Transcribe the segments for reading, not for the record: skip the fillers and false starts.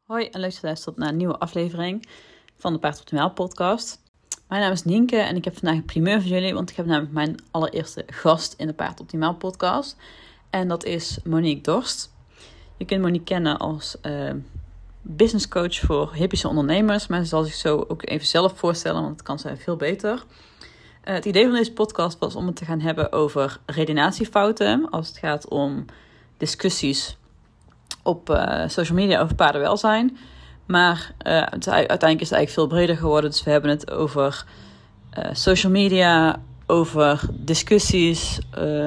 Hoi en leuk dat je luistert naar een nieuwe aflevering van de Paard Optimaal podcast. Mijn naam is Nienke en ik heb vandaag een primeur voor jullie, want ik heb namelijk mijn allereerste gast in de Paard Optimaal podcast. En dat is Monique Dorst. Je kunt Monique kennen als business coach voor hippische ondernemers, maar ze zal zich zo ook even zelf voorstellen, want dat kan zij veel beter. Het idee van deze podcast was om het te gaan hebben over redenatiefouten als het gaat om discussies op social media over paardenwelzijn. Maar uiteindelijk is het eigenlijk veel breder geworden. Dus we hebben het over social media, over discussies,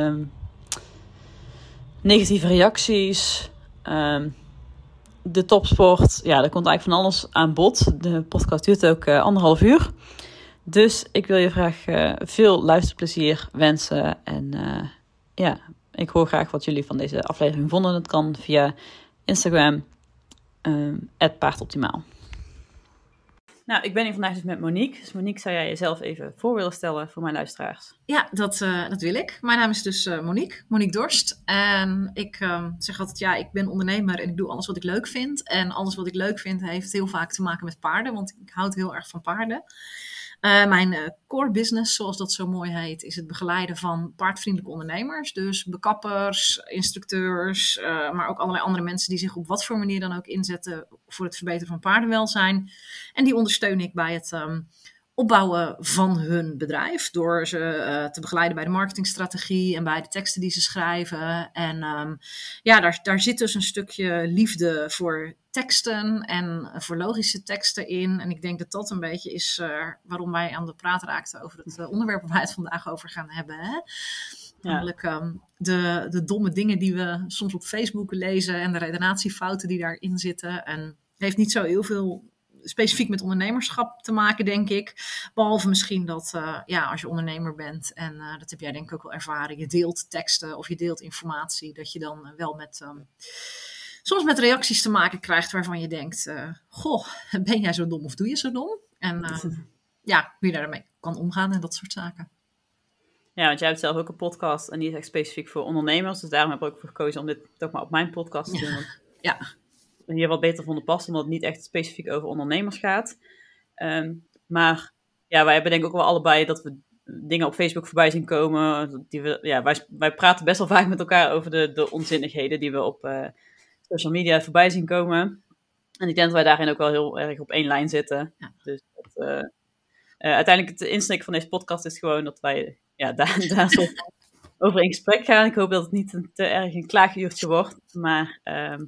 negatieve reacties, de topsport. Ja, er komt eigenlijk van alles aan bod. De podcast duurt ook 1,5 uur. Dus ik wil je graag veel luisterplezier wensen. En ik hoor graag wat jullie van deze aflevering vonden. Dat kan via Instagram, @paardoptimaal. Nou, ik ben hier vandaag dus met Monique. Dus Monique, zou jij jezelf even voor willen stellen voor mijn luisteraars? Ja, dat wil ik. Mijn naam is dus Monique Dorst. En ik zeg altijd, ik ben ondernemer en ik doe alles wat ik leuk vind. En alles wat ik leuk vind heeft heel vaak te maken met paarden, want ik houd heel erg van paarden. Mijn core business, zoals dat zo mooi heet, is het begeleiden van paardvriendelijke ondernemers. Dus bekappers, instructeurs, maar ook allerlei andere mensen die zich op wat voor manier dan ook inzetten voor het verbeteren van paardenwelzijn. En die ondersteun ik bij het opbouwen van hun bedrijf. Door ze te begeleiden bij de marketingstrategie en bij de teksten die ze schrijven. En daar zit dus een stukje liefde voor teksten en voor logische teksten in. En ik denk dat dat een beetje is waarom wij aan de praat raakten over het onderwerp waar wij het vandaag over gaan hebben. Hè? Ja. Namelijk de domme dingen die we soms op Facebook lezen en de redenatiefouten die daarin zitten. En het heeft niet zo heel veel specifiek met ondernemerschap te maken, denk ik. Behalve misschien dat als je ondernemer bent, en dat heb jij denk ik ook wel ervaren, je deelt teksten of je deelt informatie, dat je dan wel met soms met reacties te maken krijgt waarvan je denkt, ben jij zo dom of doe je zo dom? En hoe je daarmee kan omgaan en dat soort zaken. Ja, want jij hebt zelf ook een podcast en die is echt specifiek voor ondernemers. Dus daarom heb ik ook voor gekozen om dit toch maar op mijn podcast te doen. Want hier wat beter vonden passen, omdat het niet echt specifiek over ondernemers gaat. Maar wij hebben denk ik ook wel allebei dat we dingen op Facebook voorbij zien komen. Wij praten best wel vaak met elkaar over de onzinnigheden die we op social media voorbij zien komen. En ik denk dat wij daarin ook wel heel erg op één lijn zitten. Ja. Dus uiteindelijk het insteek van deze podcast is gewoon dat wij daar zo over in gesprek gaan. Ik hoop dat het niet te erg een klaaguurtje wordt. Maar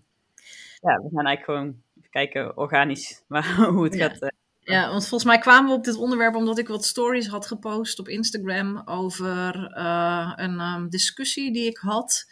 we gaan eigenlijk gewoon even kijken organisch hoe het gaat. Ja, want volgens mij kwamen we op dit onderwerp omdat ik wat stories had gepost op Instagram over een discussie die ik had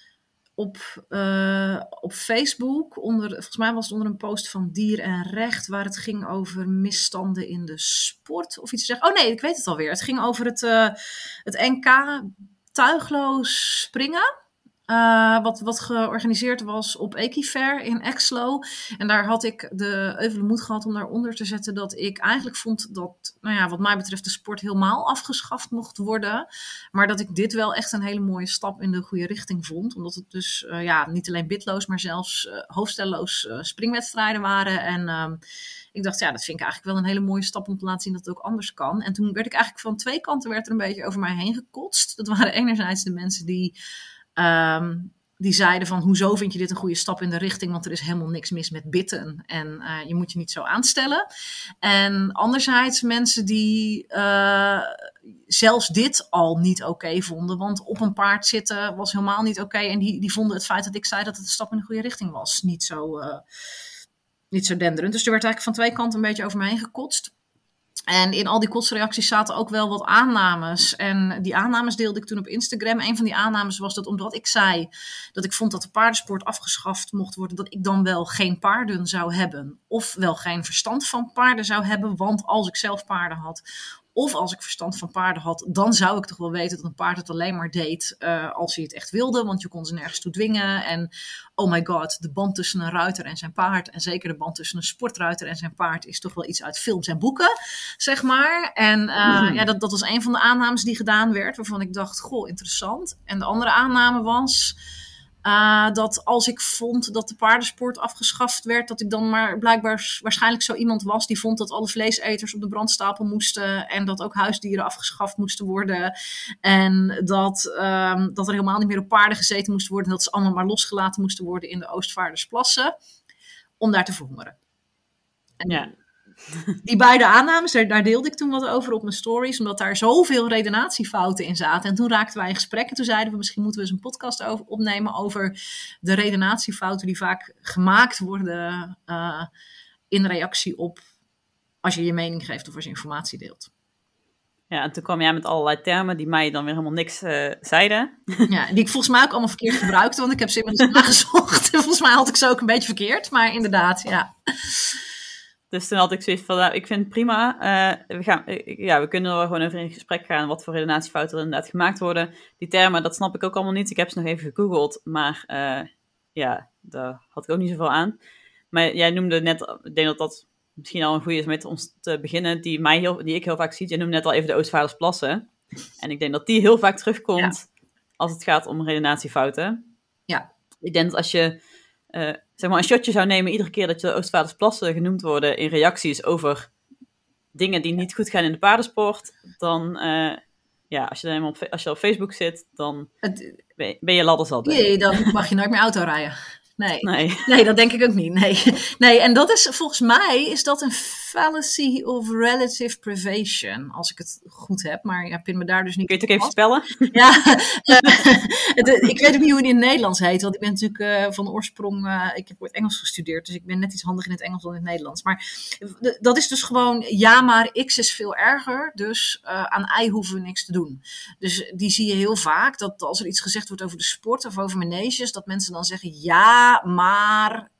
op Facebook. Volgens mij was het onder een post van Dier en Recht, waar het ging over misstanden in de sport of iets te zeggen. Oh nee, ik weet het alweer. Het ging over het NK tuigloos springen. Wat georganiseerd was op Equifair in Exlo. En daar had ik de euvele moed gehad om daaronder te zetten dat ik eigenlijk vond dat, wat mij betreft, de sport helemaal afgeschaft mocht worden. Maar dat ik dit wel echt een hele mooie stap in de goede richting vond. Omdat het dus niet alleen bitloos, maar zelfs hoofdstelloos springwedstrijden waren. En ik dacht, dat vind ik eigenlijk wel een hele mooie stap om te laten zien dat het ook anders kan. En toen werd ik eigenlijk van twee kanten er een beetje over mij heen gekotst. Dat waren enerzijds de mensen die zeiden van, hoezo vind je dit een goede stap in de richting, want er is helemaal niks mis met bitten en je moet je niet zo aanstellen. En anderzijds mensen die zelfs dit al niet oké vonden, want op een paard zitten was helemaal niet oké. En die vonden het feit dat ik zei dat het een stap in de goede richting was niet zo denderend. Dus er werd eigenlijk van twee kanten een beetje over me heen gekotst. En in al die kotsreacties zaten ook wel wat aannames. En die aannames deelde ik toen op Instagram. Een van die aannames was dat omdat ik zei dat ik vond dat de paardensport afgeschaft mocht worden, dat ik dan wel geen paarden zou hebben. Of wel geen verstand van paarden zou hebben. Want als ik zelf paarden had, of als ik verstand van paarden had, dan zou ik toch wel weten dat een paard het alleen maar deed als hij het echt wilde. Want je kon ze nergens toe dwingen. En oh my god, de band tussen een ruiter en zijn paard, en zeker de band tussen een sportruiter en zijn paard, is toch wel iets uit films en boeken, zeg maar. En dat was een van de aannames die gedaan werd, waarvan ik dacht, goh, interessant. En de andere aanname was Dat als ik vond dat de paardensport afgeschaft werd, dat ik dan maar blijkbaar waarschijnlijk zo iemand was die vond dat alle vleeseters op de brandstapel moesten en dat ook huisdieren afgeschaft moesten worden en dat er helemaal niet meer op paarden gezeten moest worden en dat ze allemaal maar losgelaten moesten worden in de Oostvaardersplassen om daar te verhongeren. En ja. Die beide aannames, daar deelde ik toen wat over op mijn stories, omdat daar zoveel redenatiefouten in zaten. En toen raakten wij in gesprek en toen zeiden we, misschien moeten we eens een podcast opnemen over de redenatiefouten die vaak gemaakt worden in reactie op als je je mening geeft of als je informatie deelt. Ja, en toen kwam jij met allerlei termen die mij dan weer helemaal niks zeiden. Ja, die ik volgens mij ook allemaal verkeerd gebruikte, want ik heb ze inmiddels nagezocht. En volgens mij had ik ze ook een beetje verkeerd, maar inderdaad, ja. Dus toen had ik zoiets van, nou, ik vind het prima. We kunnen er gewoon over in gesprek gaan wat voor redenatiefouten er inderdaad gemaakt worden. Die termen, dat snap ik ook allemaal niet. Ik heb ze nog even gegoogeld, maar daar had ik ook niet zoveel aan. Maar jij noemde net, ik denk dat misschien al een goede is met ons te beginnen, die ik heel vaak zie. Jij noemde net al even de Oostvaardersplassen. En ik denk dat die heel vaak terugkomt als het gaat om redenatiefouten. Ja. Ik denk dat als je zeg maar een shotje zou nemen iedere keer dat je de Oostvaardersplassen genoemd worden in reacties over dingen die niet goed gaan in de paardensport, dan als je op Facebook zit, dan ben je ladderzat. Nee, dan mag je nooit meer auto rijden. Nee, dat denk ik ook niet. Nee, en dat is volgens mij is dat een fallacy of relative privation, als ik het goed heb. Maar ja, pin me daar dus niet. Kun je het ook even spellen? Ja, ik weet ook niet hoe het in het Nederlands heet, want ik ben natuurlijk van oorsprong, ik heb ooit Engels gestudeerd, dus ik ben net iets handig in het Engels dan in het Nederlands. Maar dat is dus gewoon, ja, maar X is veel erger, dus aan Y hoeven we niks te doen. Dus die zie je heel vaak, dat als er iets gezegd wordt over de sport of over maneges, dat mensen dan zeggen, ja, maar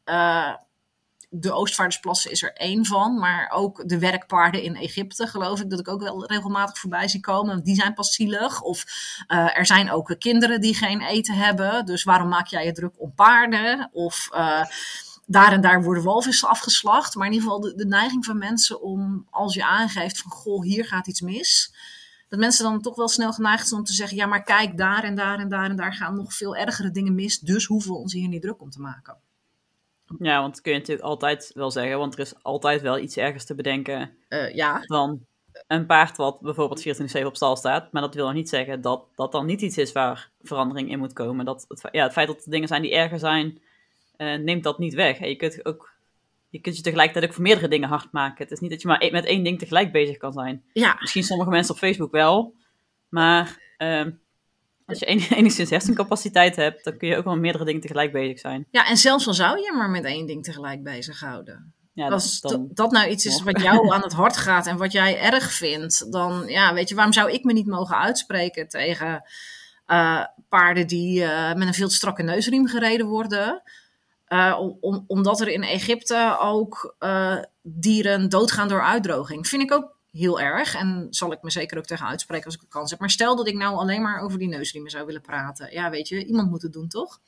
de Oostvaardersplassen is er één van, maar ook de werkpaarden in Egypte, geloof ik, dat ik ook wel regelmatig voorbij zie komen. Die zijn pas zielig. Of er zijn ook kinderen die geen eten hebben, dus waarom maak jij je druk om paarden? Of daar en daar worden walvissen afgeslacht. Maar in ieder geval de neiging van mensen om, als je aangeeft van, goh, hier gaat iets mis, dat mensen dan toch wel snel geneigd zijn om te zeggen, ja, maar kijk, daar en daar en daar en daar gaan nog veel ergere dingen mis, dus hoeven we ons hier niet druk om te maken. Ja, want dat kun je natuurlijk altijd wel zeggen, want er is altijd wel iets ergers te bedenken dan een paard wat bijvoorbeeld 24/7 op stal staat. Maar dat wil nog niet zeggen dat dat dan niet iets is waar verandering in moet komen. Het feit dat er dingen zijn die erger zijn, neemt dat niet weg. En je kunt je tegelijkertijd ook voor meerdere dingen hard maken. Het is niet dat je maar met één ding tegelijk bezig kan zijn. Ja. Misschien sommige mensen op Facebook wel, maar als je enigszins hersencapaciteit hebt, dan kun je ook wel meerdere dingen tegelijk bezig zijn. Ja, en zelfs al zou je maar met één ding tegelijk bezighouden. Ja, als dat nou iets is wat jou aan het hart gaat en wat jij erg vindt, dan weet je, waarom zou ik me niet mogen uitspreken tegen paarden die met een veel te strakke neusriem gereden worden? Omdat er in Egypte ook dieren doodgaan door uitdroging. Vind ik ook heel erg. En zal ik me zeker ook tegen uitspreken als ik de kans heb. Maar stel dat ik nou alleen maar over die neusriemen zou willen praten. Ja, weet je, iemand moet het doen, toch?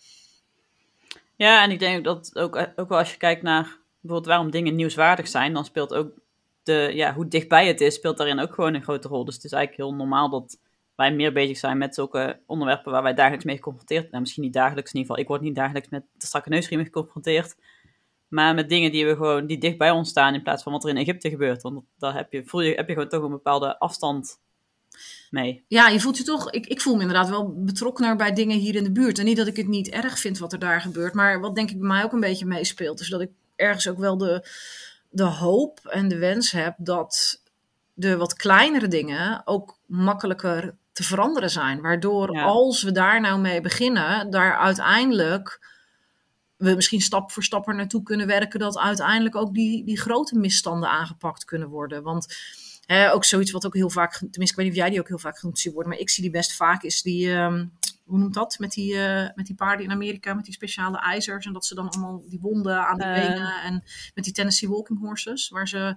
Ja, en ik denk dat ook wel als je kijkt naar bijvoorbeeld waarom dingen nieuwswaardig zijn, dan speelt ook hoe dichtbij het is, speelt daarin ook gewoon een grote rol. Dus het is eigenlijk heel normaal dat wij meer bezig zijn met zulke onderwerpen waar wij dagelijks mee geconfronteerd zijn. Nou, misschien niet dagelijks, in ieder geval. Ik word niet dagelijks met de strakke neusriemen geconfronteerd. Maar met dingen die dicht bij ons staan in plaats van wat er in Egypte gebeurt. Want daar heb je gewoon toch een bepaalde afstand mee. Ja, je voelt je toch, ik voel me inderdaad wel betrokkener bij dingen hier in de buurt. En niet dat ik het niet erg vind wat er daar gebeurt. Maar wat denk ik bij mij ook een beetje meespeelt, is dat ik ergens ook wel de hoop en de wens heb dat de wat kleinere dingen ook makkelijker te veranderen zijn. Waardoor als we daar nou mee beginnen, daar uiteindelijk we misschien stap voor stap er naartoe kunnen werken dat uiteindelijk ook die grote misstanden aangepakt kunnen worden. Want ook zoiets wat ook heel vaak, tenminste ik weet niet of jij die ook heel vaak genoemd ziet worden, maar ik zie die best vaak, is die, hoe noemt dat, met die paarden in Amerika, met die speciale ijzers en dat ze dan allemaal die wonden aan de benen en met die Tennessee walking horses, waar ze...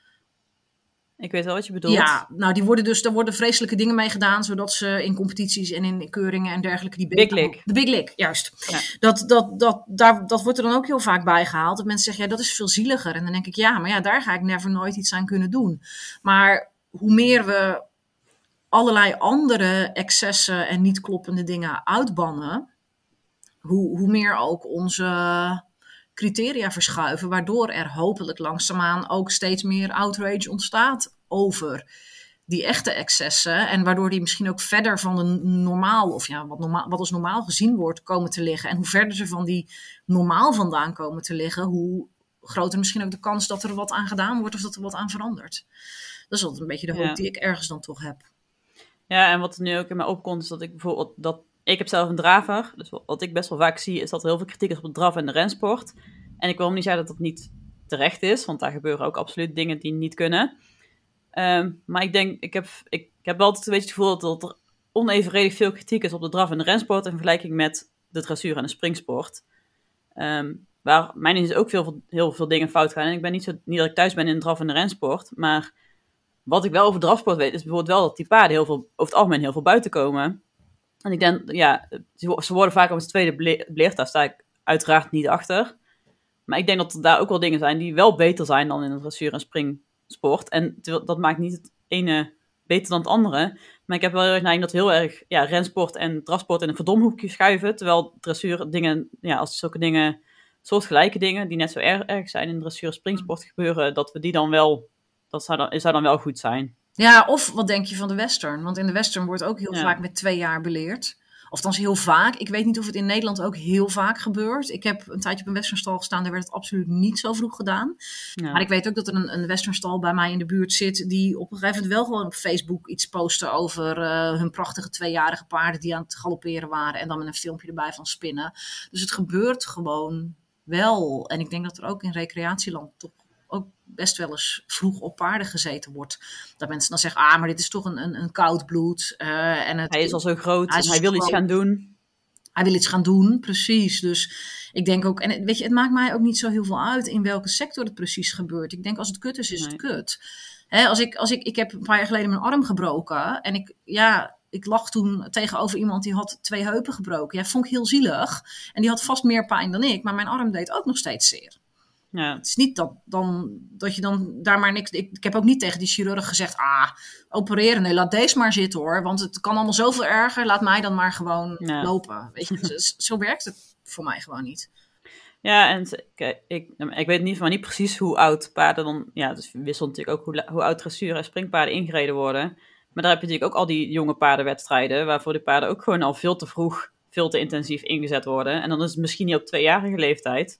Ik weet wel wat je bedoelt. Ja, nou daar worden vreselijke dingen mee gedaan, zodat ze in competities en in keuringen en dergelijke die Big Lick. De Big Lick, juist. Ja. Dat wordt er dan ook heel vaak bij gehaald. Dat mensen zeggen, ja, dat is veel zieliger. En dan denk ik, ja, maar ja, daar ga ik never nooit iets aan kunnen doen. Maar hoe meer we allerlei andere excessen en niet kloppende dingen uitbannen, hoe meer ook onze criteria verschuiven, waardoor er hopelijk langzaamaan ook steeds meer outrage ontstaat over die echte excessen. En waardoor die misschien ook verder van de normaal, of ja, wat als normaal gezien wordt, komen te liggen. En hoe verder ze van die normaal vandaan komen te liggen, hoe groter misschien ook de kans dat er wat aan gedaan wordt of dat er wat aan verandert. Dat is altijd een beetje de hoop die ik ergens dan toch heb. Ja, en wat er nu ook in mij opkomt, is dat ik bijvoorbeeld ik heb zelf een draver. Dus wat ik best wel vaak zie, is dat er heel veel kritiek is op het draf en de rensport. En ik wil niet zeggen dat dat niet terecht is, want daar gebeuren ook absoluut dingen die niet kunnen. Maar ik denk, ik heb wel altijd een beetje het gevoel dat er onevenredig veel kritiek is op de draf en de rensport in vergelijking met de dressuur en de springsport. Waar mijn is ook heel veel dingen fout gaan. En ik ben niet dat ik thuis ben in de draf en de rensport, maar wat ik wel over drafsport weet, is bijvoorbeeld wel dat die paarden over het algemeen heel veel buiten komen. En ik denk, ja, ze worden vaak op het tweede beleerd. Daar sta ik uiteraard niet achter. Maar ik denk dat er daar ook wel dingen zijn die wel beter zijn dan in de dressuur en springsport. En dat maakt niet het ene beter dan het andere. Maar ik heb wel heel erg neiging dat we heel erg rensport en drafsport in een verdomhoekje schuiven. Terwijl dressuur dingen, als zulke dingen, soortgelijke dingen, die net zo erg zijn in de dressuur en springsport gebeuren, dat we die dan wel, dat zou dan wel goed zijn. Ja, of wat denk je van de western? Want in de western wordt ook heel vaak met 2 jaar beleerd. Of althans heel vaak. Ik weet niet of het in Nederland ook heel vaak gebeurt. Ik heb een tijdje op een westernstal gestaan. Daar werd het absoluut niet zo vroeg gedaan. Ja. Maar ik weet ook dat er een westernstal bij mij in de buurt zit, die op een gegeven moment wel gewoon op Facebook iets posten over hun prachtige 2-jarige paarden die aan het galopperen waren. En dan met een filmpje erbij van spinnen. Dus het gebeurt gewoon wel. En ik denk dat er ook in recreatieland toch ook best wel eens vroeg op paarden gezeten wordt. Dat mensen dan zeggen, maar dit is toch een koud bloed. Hij is al zo groot en hij wil iets gaan doen. Hij wil iets gaan doen, precies. Dus ik denk ook, en weet je, het maakt mij ook niet zo heel veel uit in welke sector het precies gebeurt. Ik denk, als het kut is, is het kut. Ik heb een paar jaar geleden mijn arm gebroken en ik lag toen tegenover iemand die had 2 heupen gebroken. Ja, vond ik heel zielig. En die had vast meer pijn dan ik, maar mijn arm deed ook nog steeds zeer. Ja. Het is niet dat je dan daar maar niks... Ik heb ook niet tegen die chirurg gezegd, opereren, nee, laat deze maar zitten hoor. Want het kan allemaal zoveel erger, laat mij dan maar gewoon lopen. Weet je, zo werkt het voor mij gewoon niet. Ja, en ik weet niet precies hoe oud paarden dan... Ja, dus wisselt natuurlijk ook hoe oud dressuur en springpaarden ingereden worden. Maar daar heb je natuurlijk ook al die jonge paardenwedstrijden, waarvoor de paarden ook gewoon al veel te vroeg, veel te intensief ingezet worden. En dan is het misschien niet op 2-jarige leeftijd.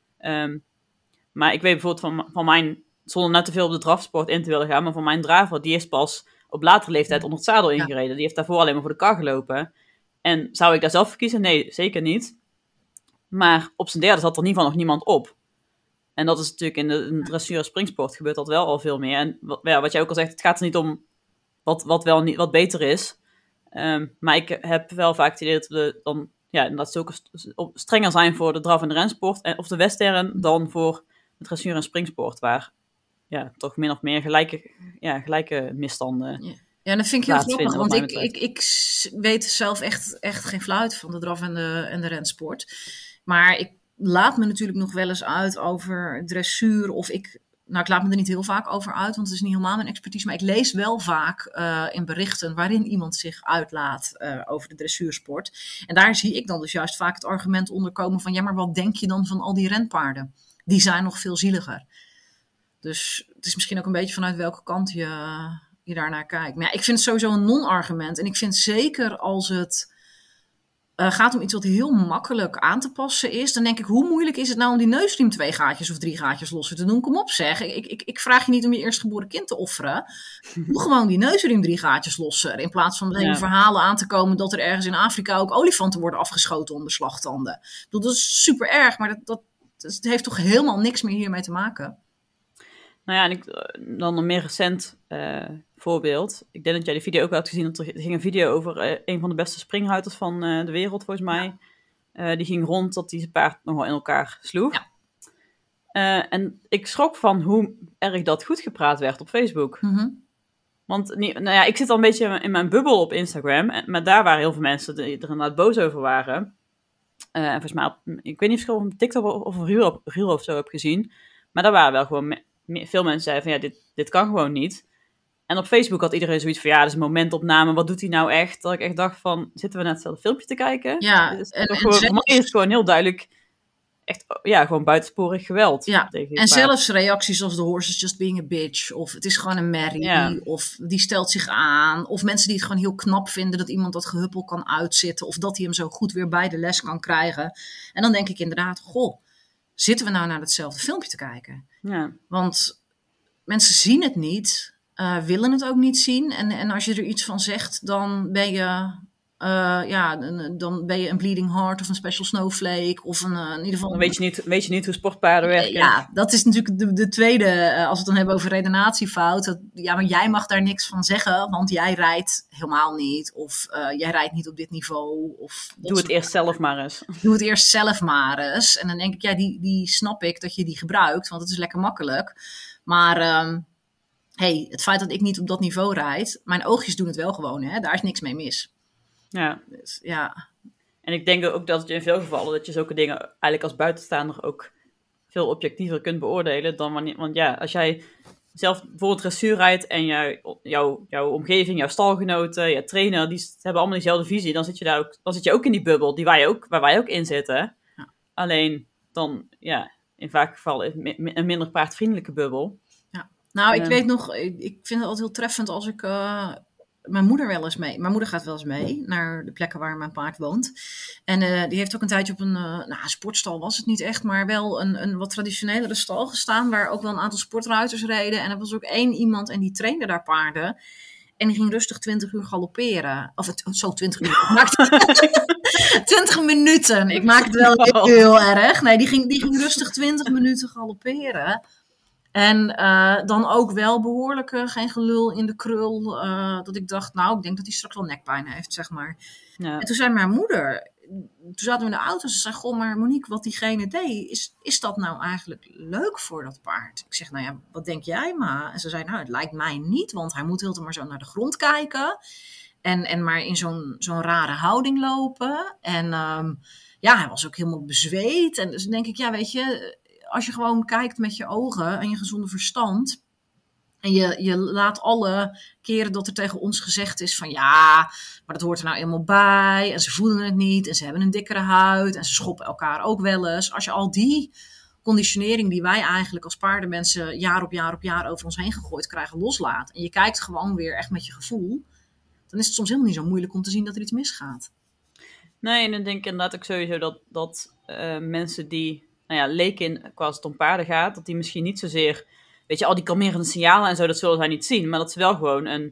Maar ik weet bijvoorbeeld van mijn, zonder net te veel op de drafsport in te willen gaan, maar van mijn draver, die is pas op latere leeftijd onder het zadel ingereden. Die heeft daarvoor alleen maar voor de kar gelopen. En zou ik daar zelf voor kiezen? Nee, zeker niet. Maar op zijn derde zat er in ieder geval nog niemand op. En dat is natuurlijk in de dressuur en springsport gebeurt dat wel al veel meer. En wat jij ook al zegt, het gaat er niet om wat beter is. Maar ik heb wel vaak het idee dat we dan inderdaad zulke strenger zijn voor de draf en de rensport of de western dan voor de dressuur en springsport, waar toch min of meer gelijke misstanden. Ja, dat vind ik heel grappig, want ik weet zelf echt geen fluit van de draf en de rensport. Maar ik laat me natuurlijk nog wel eens uit over dressuur of ik laat me er niet heel vaak over uit, want het is niet helemaal mijn expertise. Maar ik lees wel vaak in berichten waarin iemand zich uitlaat over de dressuursport. En daar zie ik dan dus juist vaak het argument onderkomen van, maar wat denk je dan van al die renpaarden? Die zijn nog veel zieliger. Dus het is misschien ook een beetje vanuit welke kant je daarnaar kijkt. Maar ik vind het sowieso een non-argument. En ik vind zeker als het gaat om iets wat heel makkelijk aan te passen is, dan denk ik, hoe moeilijk is het nou om die neusriem 2 gaatjes of 3 gaatjes losser te doen? Kom op zeg, ik vraag je niet om je eerstgeboren kind te offeren. Doe gewoon die neusriem 3 gaatjes losser, in plaats van hele verhalen aan te komen dat er ergens in Afrika ook olifanten worden afgeschoten onder slagtanden. Ik bedoel, dat is super erg, maar dat heeft toch helemaal niks meer hiermee te maken. Nou ja, en dan een meer recent voorbeeld. Ik denk dat jij die video ook wel hebt gezien. Dat er ging een video over een van de beste springruiters van de wereld, volgens mij. Die ging rond dat hij zijn paard nog wel in elkaar sloeg. Ja. En ik schrok van hoe erg dat goed gepraat werd op Facebook. Mm-hmm. Want ik zit al een beetje in mijn bubbel op Instagram. Maar daar waren heel veel mensen die er inderdaad boos over waren. En volgens mij, ik weet niet of ik op TikTok of een reel of zo heb gezien. Maar daar waren wel gewoon veel mensen zeiden van dit kan gewoon niet. En op Facebook had iedereen zoiets van, ja, dat is een momentopname. Wat doet hij nou echt? Dat ik echt dacht van, zitten we naar hetzelfde filmpje te kijken? Ja. Het is gewoon heel duidelijk echt, gewoon buitensporig geweld. Ja, en zelfs reacties als the horse is just being a bitch. Of het is gewoon een merrie. Ja. Of die stelt zich aan. Of mensen die het gewoon heel knap vinden dat iemand dat gehuppel kan uitzitten. Of dat hij hem zo goed weer bij de les kan krijgen. En dan denk ik inderdaad, goh, zitten we nou naar hetzelfde filmpje te kijken? Ja. Want mensen zien het niet, willen het ook niet zien. En als je er iets van zegt, dan ben je... dan ben je een bleeding heart of een special snowflake of in ieder geval... Dan weet je niet hoe sportpaarden werken. Ja, dat is natuurlijk de tweede, als we het dan hebben over redenatiefout. Maar jij mag daar niks van zeggen, want jij rijdt helemaal niet. Of jij rijdt niet op dit niveau. Of Doe het eerst zelf maar eens. Doe het eerst zelf maar eens. En dan denk ik, die snap ik dat je die gebruikt, want het is lekker makkelijk. Maar... het feit dat ik niet op dat niveau rijd, mijn oogjes doen het wel gewoon, hè? Daar is niks mee mis. Ja. Dus, ja. En ik denk ook dat je in veel gevallen dat je zulke dingen eigenlijk als buitenstaander ook veel objectiever kunt beoordelen dan wanneer. Want ja, als jij zelf bijvoorbeeld dressuur rijdt en jouw omgeving, jouw stalgenoten, je trainer, die hebben allemaal diezelfde visie, dan zit je ook in die bubbel waar wij ook in zitten. Ja. Alleen dan, in vaak gevallen een minder paardvriendelijke bubbel. Ja. Nou, ik weet nog, ik vind het altijd heel treffend als ik... Mijn moeder gaat wel eens mee naar de plekken waar mijn paard woont. En die heeft ook een tijdje op een sportstal was het niet echt, maar wel een wat traditionelere stal gestaan, waar ook wel een aantal sportruiters reden. En er was ook één iemand en die trainde daar paarden. En die ging rustig 20 uur galopperen. Of 20 uur. 20 minuten. Ik maak het wel heel erg. Nee, die ging rustig 20 minuten galopperen. En dan ook wel behoorlijk geen gelul in de krul. Dat ik dacht, ik denk dat hij straks wel nekpijn heeft, zeg maar. Ja. En toen zei mijn moeder, toen zaten we in de auto, ze zei, goh, maar Monique, wat diegene deed, is dat nou eigenlijk leuk voor dat paard? Ik zeg, wat denk jij, ma? En ze zei, het lijkt mij niet, want hij moet heel maar zo naar de grond kijken. En maar in zo'n rare houding lopen. En hij was ook helemaal bezweet. En dus denk ik, weet je... Als je gewoon kijkt met je ogen en je gezonde verstand. En je laat alle keren dat er tegen ons gezegd is van maar dat hoort er nou eenmaal bij. En ze voelen het niet en ze hebben een dikkere huid. En ze schoppen elkaar ook wel eens. Als je al die conditionering die wij eigenlijk als paardenmensen jaar op jaar over ons heen gegooid krijgen loslaat. En je kijkt gewoon weer echt met je gevoel. Dan is het soms helemaal niet zo moeilijk om te zien dat er iets misgaat. Nee, en dan denk ik inderdaad ook sowieso dat mensen die... leken qua als het om paarden gaat, dat die misschien niet zozeer, al die kalmerende signalen en zo, dat zullen zij niet zien, maar dat ze wel gewoon een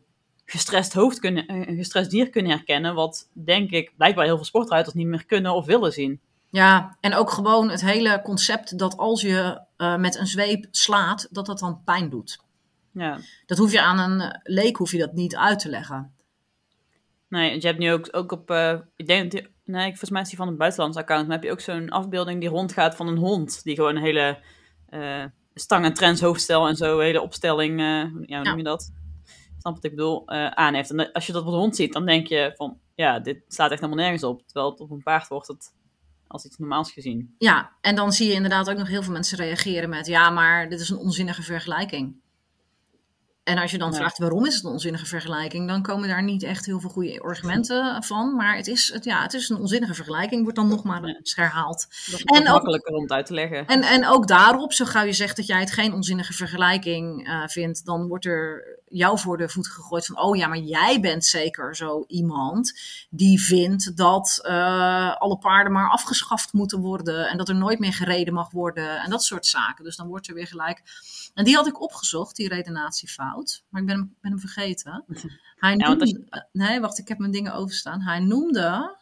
gestrest dier kunnen herkennen, wat denk ik blijkbaar heel veel sportruiters niet meer kunnen of willen zien. Ja, en ook gewoon het hele concept dat als je met een zweep slaat, dat dan pijn doet. Ja. Dat hoef je aan een leek dat niet uit te leggen. Nee, want je hebt nu ook op, ik denk dat volgens mij is die van een buitenlands account, maar heb je ook zo'n afbeelding die rondgaat van een hond, die gewoon een hele stang- en trends-hoofdstel en zo, een hele opstelling, hoe noem je dat? Snap wat ik bedoel, aan heeft. En als je dat op een hond ziet, dan denk je van, dit slaat echt helemaal nergens op, terwijl het op een paard wordt het als iets normaals gezien. Ja, en dan zie je inderdaad ook nog heel veel mensen reageren met, maar dit is een onzinnige vergelijking. En als je dan vraagt waarom is het een onzinnige vergelijking, dan komen daar niet echt heel veel goede argumenten van. Maar het is een onzinnige vergelijking, wordt dan nog maar eens herhaald. Dat is makkelijker om het uit te leggen. En ook daarop, zo gauw je zegt dat jij het geen onzinnige vergelijking vindt, dan wordt er jou voor de voet gegooid van, maar jij bent zeker zo iemand die vindt dat alle paarden maar afgeschaft moeten worden en dat er nooit meer gereden mag worden en dat soort zaken. Dus dan wordt er weer gelijk... En die had ik opgezocht, die redenatiefout. Maar ik ben hem vergeten. Hij noemde... Nee, wacht, ik heb mijn dingen overstaan. Hij noemde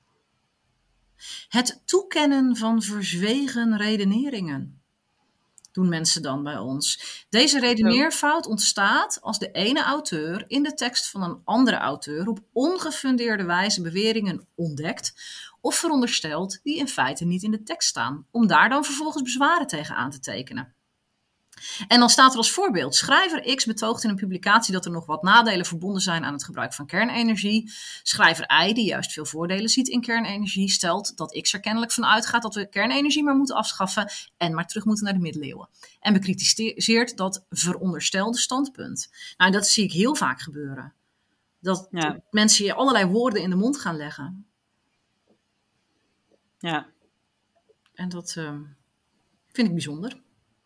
het toekennen van verzwegen redeneringen. Doen mensen dan bij ons. Deze redeneerfout ontstaat als de ene auteur in de tekst van een andere auteur op ongefundeerde wijze beweringen ontdekt of veronderstelt die in feite niet in de tekst staan. Om daar dan vervolgens bezwaren tegen aan te tekenen. En dan staat er als voorbeeld: schrijver X betoogt in een publicatie dat er nog wat nadelen verbonden zijn aan het gebruik van kernenergie. Schrijver Y, die juist veel voordelen ziet in kernenergie, stelt dat X er kennelijk van uitgaat dat we kernenergie maar moeten afschaffen en maar terug moeten naar de middeleeuwen. En bekritiseert dat veronderstelde standpunt. Nou, dat zie ik heel vaak gebeuren. Dat mensen je allerlei woorden in de mond gaan leggen. Ja. En dat vind ik bijzonder.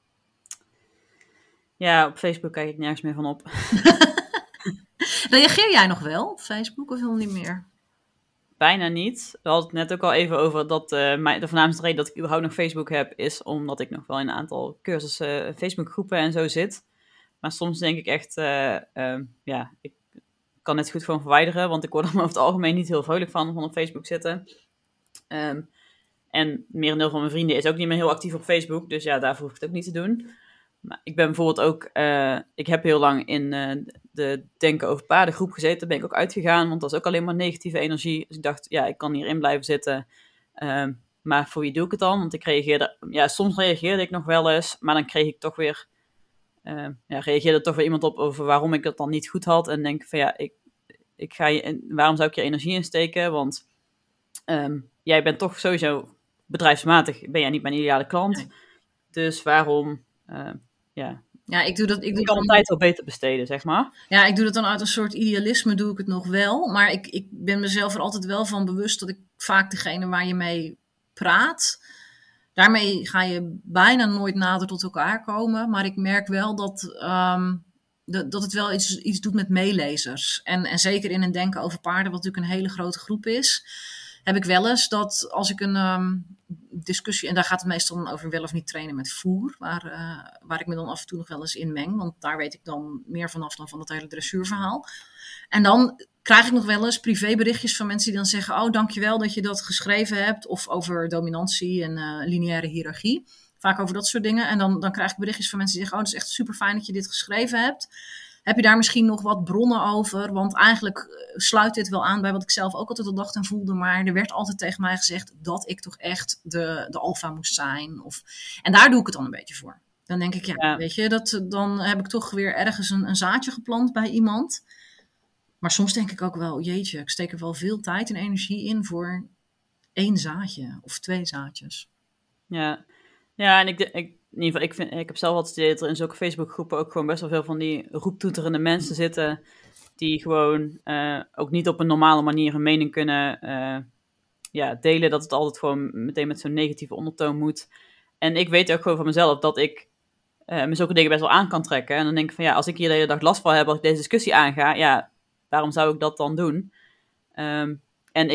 Ja, op Facebook kijk ik nergens meer van op. Reageer jij nog wel op Facebook of helemaal niet meer? Bijna niet. We hadden het net ook al even over dat de voornaamste reden dat ik überhaupt nog Facebook heb, is omdat ik nog wel in een aantal cursussen, Facebookgroepen en zo zit. Maar soms denk ik echt, ik kan het goed gewoon verwijderen, want ik word er over het algemeen niet heel vrolijk van op Facebook zitten. En merendeel van mijn vrienden is ook niet meer heel actief op Facebook, dus ja, daarvoor hoef ik het ook niet te doen. Maar ik ben bijvoorbeeld ook, ik heb heel lang in de Denken over Paarden groep gezeten. Daar ben ik ook uitgegaan, want dat is ook alleen maar negatieve energie. Dus ik dacht, ja, ik kan hierin blijven zitten. Maar voor wie doe ik het dan? Want soms reageerde ik nog wel eens, maar dan kreeg ik toch weer, reageerde toch weer iemand op over waarom ik dat dan niet goed had. En denk van ja, waarom zou ik je energie insteken? Want jij bent toch sowieso bedrijfsmatig, ben jij niet mijn ideale klant. Nee. Dus waarom... Ja, ik doe dat. Ik kan tijd wel beter besteden, zeg maar. Ja, ik doe dat dan uit een soort idealisme, doe ik het nog wel. Maar ik ben mezelf er altijd wel van bewust dat ik vaak degene waar je mee praat, daarmee ga je bijna nooit nader tot elkaar komen. Maar ik merk wel dat het wel iets doet met meelezers. En zeker in een Denken over Paarden, wat natuurlijk een hele grote groep is, heb ik wel eens dat als ik een discussie, en daar gaat het meestal dan over wel of niet trainen met voer, waar ik me dan af en toe nog wel eens in meng, want daar weet ik dan meer vanaf dan van het hele dressuurverhaal. En dan krijg ik nog wel eens privéberichtjes van mensen die dan zeggen, oh, dankjewel dat je dat geschreven hebt, of over dominantie en lineaire hiërarchie. Vaak over dat soort dingen. En dan krijg ik berichtjes van mensen die zeggen, oh, het is echt super fijn dat je dit geschreven hebt. Heb je daar misschien nog wat bronnen over? Want eigenlijk sluit dit wel aan bij wat ik zelf ook altijd al dacht en voelde. Maar er werd altijd tegen mij gezegd dat ik toch echt de alfa moest zijn. En daar doe ik het dan een beetje voor. Dan denk ik, weet je, dan heb ik toch weer ergens een zaadje geplant bij iemand. Maar soms denk ik ook wel, jeetje, ik steek er wel veel tijd en energie in voor 1 zaadje of 2 zaadjes. Ja, en in ieder geval, ik heb zelf altijd dat er in zulke Facebookgroepen ook gewoon best wel veel van die roeptoeterende mensen zitten, die gewoon ook niet op een normale manier een mening kunnen delen, dat het altijd gewoon meteen met zo'n negatieve ondertoon moet. En ik weet ook gewoon van mezelf dat ik me zulke dingen best wel aan kan trekken. En dan denk ik van als ik hier de hele dag last van heb als ik deze discussie aanga, waarom zou ik dat dan doen? En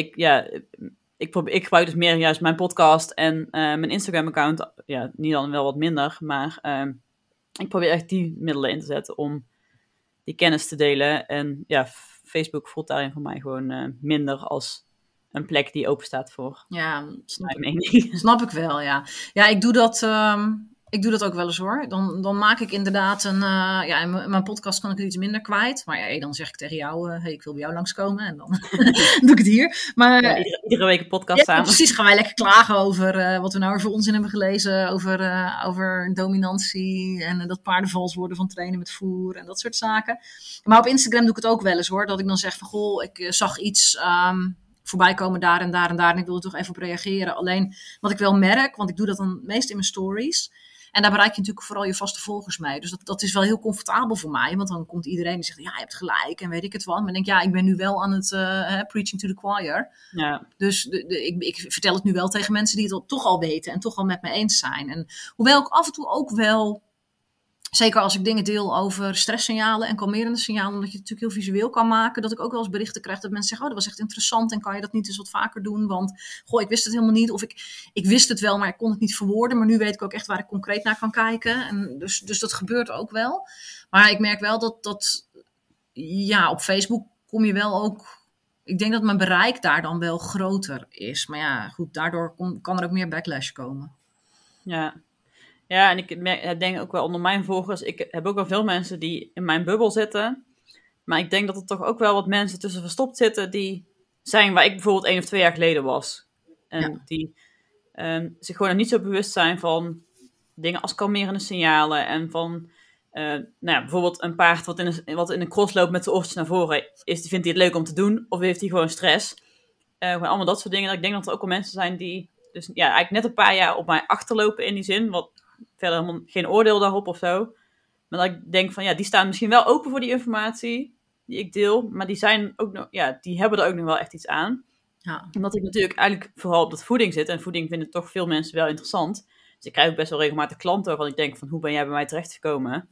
ik gebruik dus meer juist mijn podcast en mijn Instagram-account. Ja, niet dan wel wat minder, maar ik probeer echt die middelen in te zetten om die kennis te delen. En ja, Facebook voelt daarin voor mij gewoon minder als een plek die open staat voor mijn mening. Snap ik wel, ja. Ja, ik doe dat... Ik doe dat ook wel eens hoor. Dan maak ik inderdaad in mijn podcast kan ik het iets minder kwijt. Maar dan zeg ik tegen jou, hey, ik wil bij jou langskomen. En dan doe ik het hier. Maar, iedere week een podcast samen. Precies, gaan wij lekker klagen over wat we nou voor onzin hebben gelezen. Over dominantie en dat paarden vals worden van trainen met voer en dat soort zaken. Maar op Instagram doe ik het ook wel eens hoor. Dat ik dan zeg van, goh, ik zag iets... voorbij komen daar en daar en daar. En ik wil er toch even op reageren. Alleen wat ik wel merk, want ik doe dat dan meest in mijn stories. En daar bereik je natuurlijk vooral je vaste volgers mee. Dus dat is wel heel comfortabel voor mij. Want dan komt iedereen die zegt, ja, je hebt gelijk en weet ik het wat. Maar ik denk, ik ben nu wel aan het preaching to the choir. Ja. Dus ik vertel het nu wel tegen mensen die het toch al weten. En toch al met me eens zijn. En hoewel ik af en toe ook wel... Zeker als ik dingen deel over stresssignalen en kalmerende signalen, omdat je het natuurlijk heel visueel kan maken, dat ik ook wel eens berichten krijg dat mensen zeggen, oh, dat was echt interessant en kan je dat niet eens wat vaker doen, want ik wist het helemaal niet, of ik wist het wel, maar ik kon het niet verwoorden, maar nu weet ik ook echt waar ik concreet naar kan kijken. En dus dat gebeurt ook wel. Maar ik merk wel dat op Facebook kom je wel ook, ik denk dat mijn bereik daar dan wel groter is. Maar ja, goed, daardoor kan er ook meer backlash komen. Ja, en ik denk ook wel onder mijn volgers, ik heb ook wel veel mensen die in mijn bubbel zitten. Maar ik denk dat er toch ook wel wat mensen tussen verstopt zitten die zijn waar ik bijvoorbeeld 1 of 2 jaar geleden was. En die zich gewoon er niet zo bewust zijn van dingen als kalmerende signalen en van bijvoorbeeld een paard wat in een cross loopt met de oortjes naar voren, vindt hij het leuk om te doen of heeft hij gewoon stress? Gewoon allemaal dat soort dingen. Ik denk dat er ook wel mensen zijn die dus eigenlijk net een paar jaar op mij achterlopen in die zin, wat verder helemaal geen oordeel daarop of zo. Maar dat ik denk van die staan misschien wel open voor die informatie die ik deel, maar die zijn ook nog, die hebben er ook nog wel echt iets aan. Ja. Omdat ik natuurlijk eigenlijk vooral op dat voeding zit. En voeding vinden toch veel mensen wel interessant. Dus ik krijg ook best wel regelmatig klanten waarvan ik denk van hoe ben jij bij mij terechtgekomen?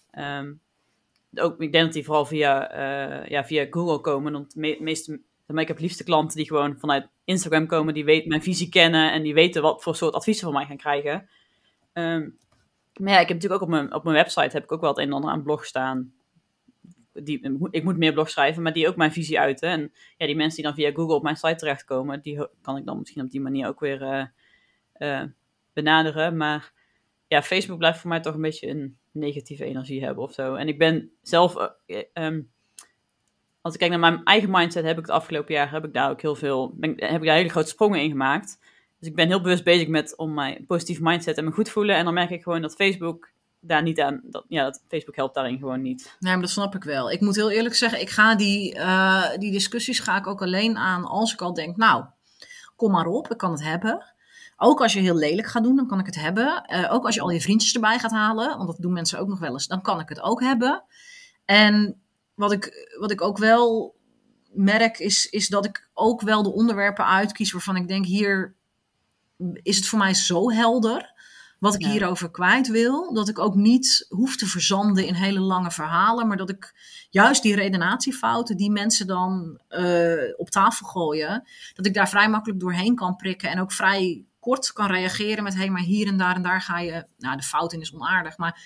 Ik denk dat die vooral via Google komen. Want ik heb het liefste klanten die gewoon vanuit Instagram komen, die mijn visie kennen en die weten wat voor soort adviezen van mij gaan krijgen. Maar ik heb natuurlijk ook op mijn website heb ik ook wel het een en ander aan blog staan. Ik moet meer blogs schrijven, maar die ook mijn visie uiten. En die mensen die dan via Google op mijn site terechtkomen, die kan ik dan misschien op die manier ook weer benaderen. Maar Facebook blijft voor mij toch een beetje een negatieve energie hebben of zo. En ik ben zelf, als ik kijk naar mijn eigen mindset, heb ik het afgelopen jaar, heb ik daar hele grote sprongen in gemaakt. Dus ik ben heel bewust bezig om mijn positieve mindset en me goed voelen. En dan merk ik gewoon dat Facebook daar niet aan, dat Facebook helpt daarin gewoon niet. Nee, maar dat snap ik wel. Ik moet heel eerlijk zeggen, ik ga die discussies ga ik ook alleen aan als ik al denk, nou, kom maar op, ik kan het hebben. Ook als je heel lelijk gaat doen, dan kan ik het hebben. Ook als je al je vriendjes erbij gaat halen, want dat doen mensen ook nog wel eens, dan kan ik het ook hebben. En wat ik ook wel merk, is dat ik ook wel de onderwerpen uitkies waarvan ik denk, hier is het voor mij zo helder wat ik hierover kwijt wil, dat ik ook niet hoef te verzanden in hele lange verhalen, maar dat ik juist die redenatiefouten die mensen dan op tafel gooien, dat ik daar vrij makkelijk doorheen kan prikken en ook vrij kort kan reageren met maar hier en daar ga je, nou de fout in is onaardig, maar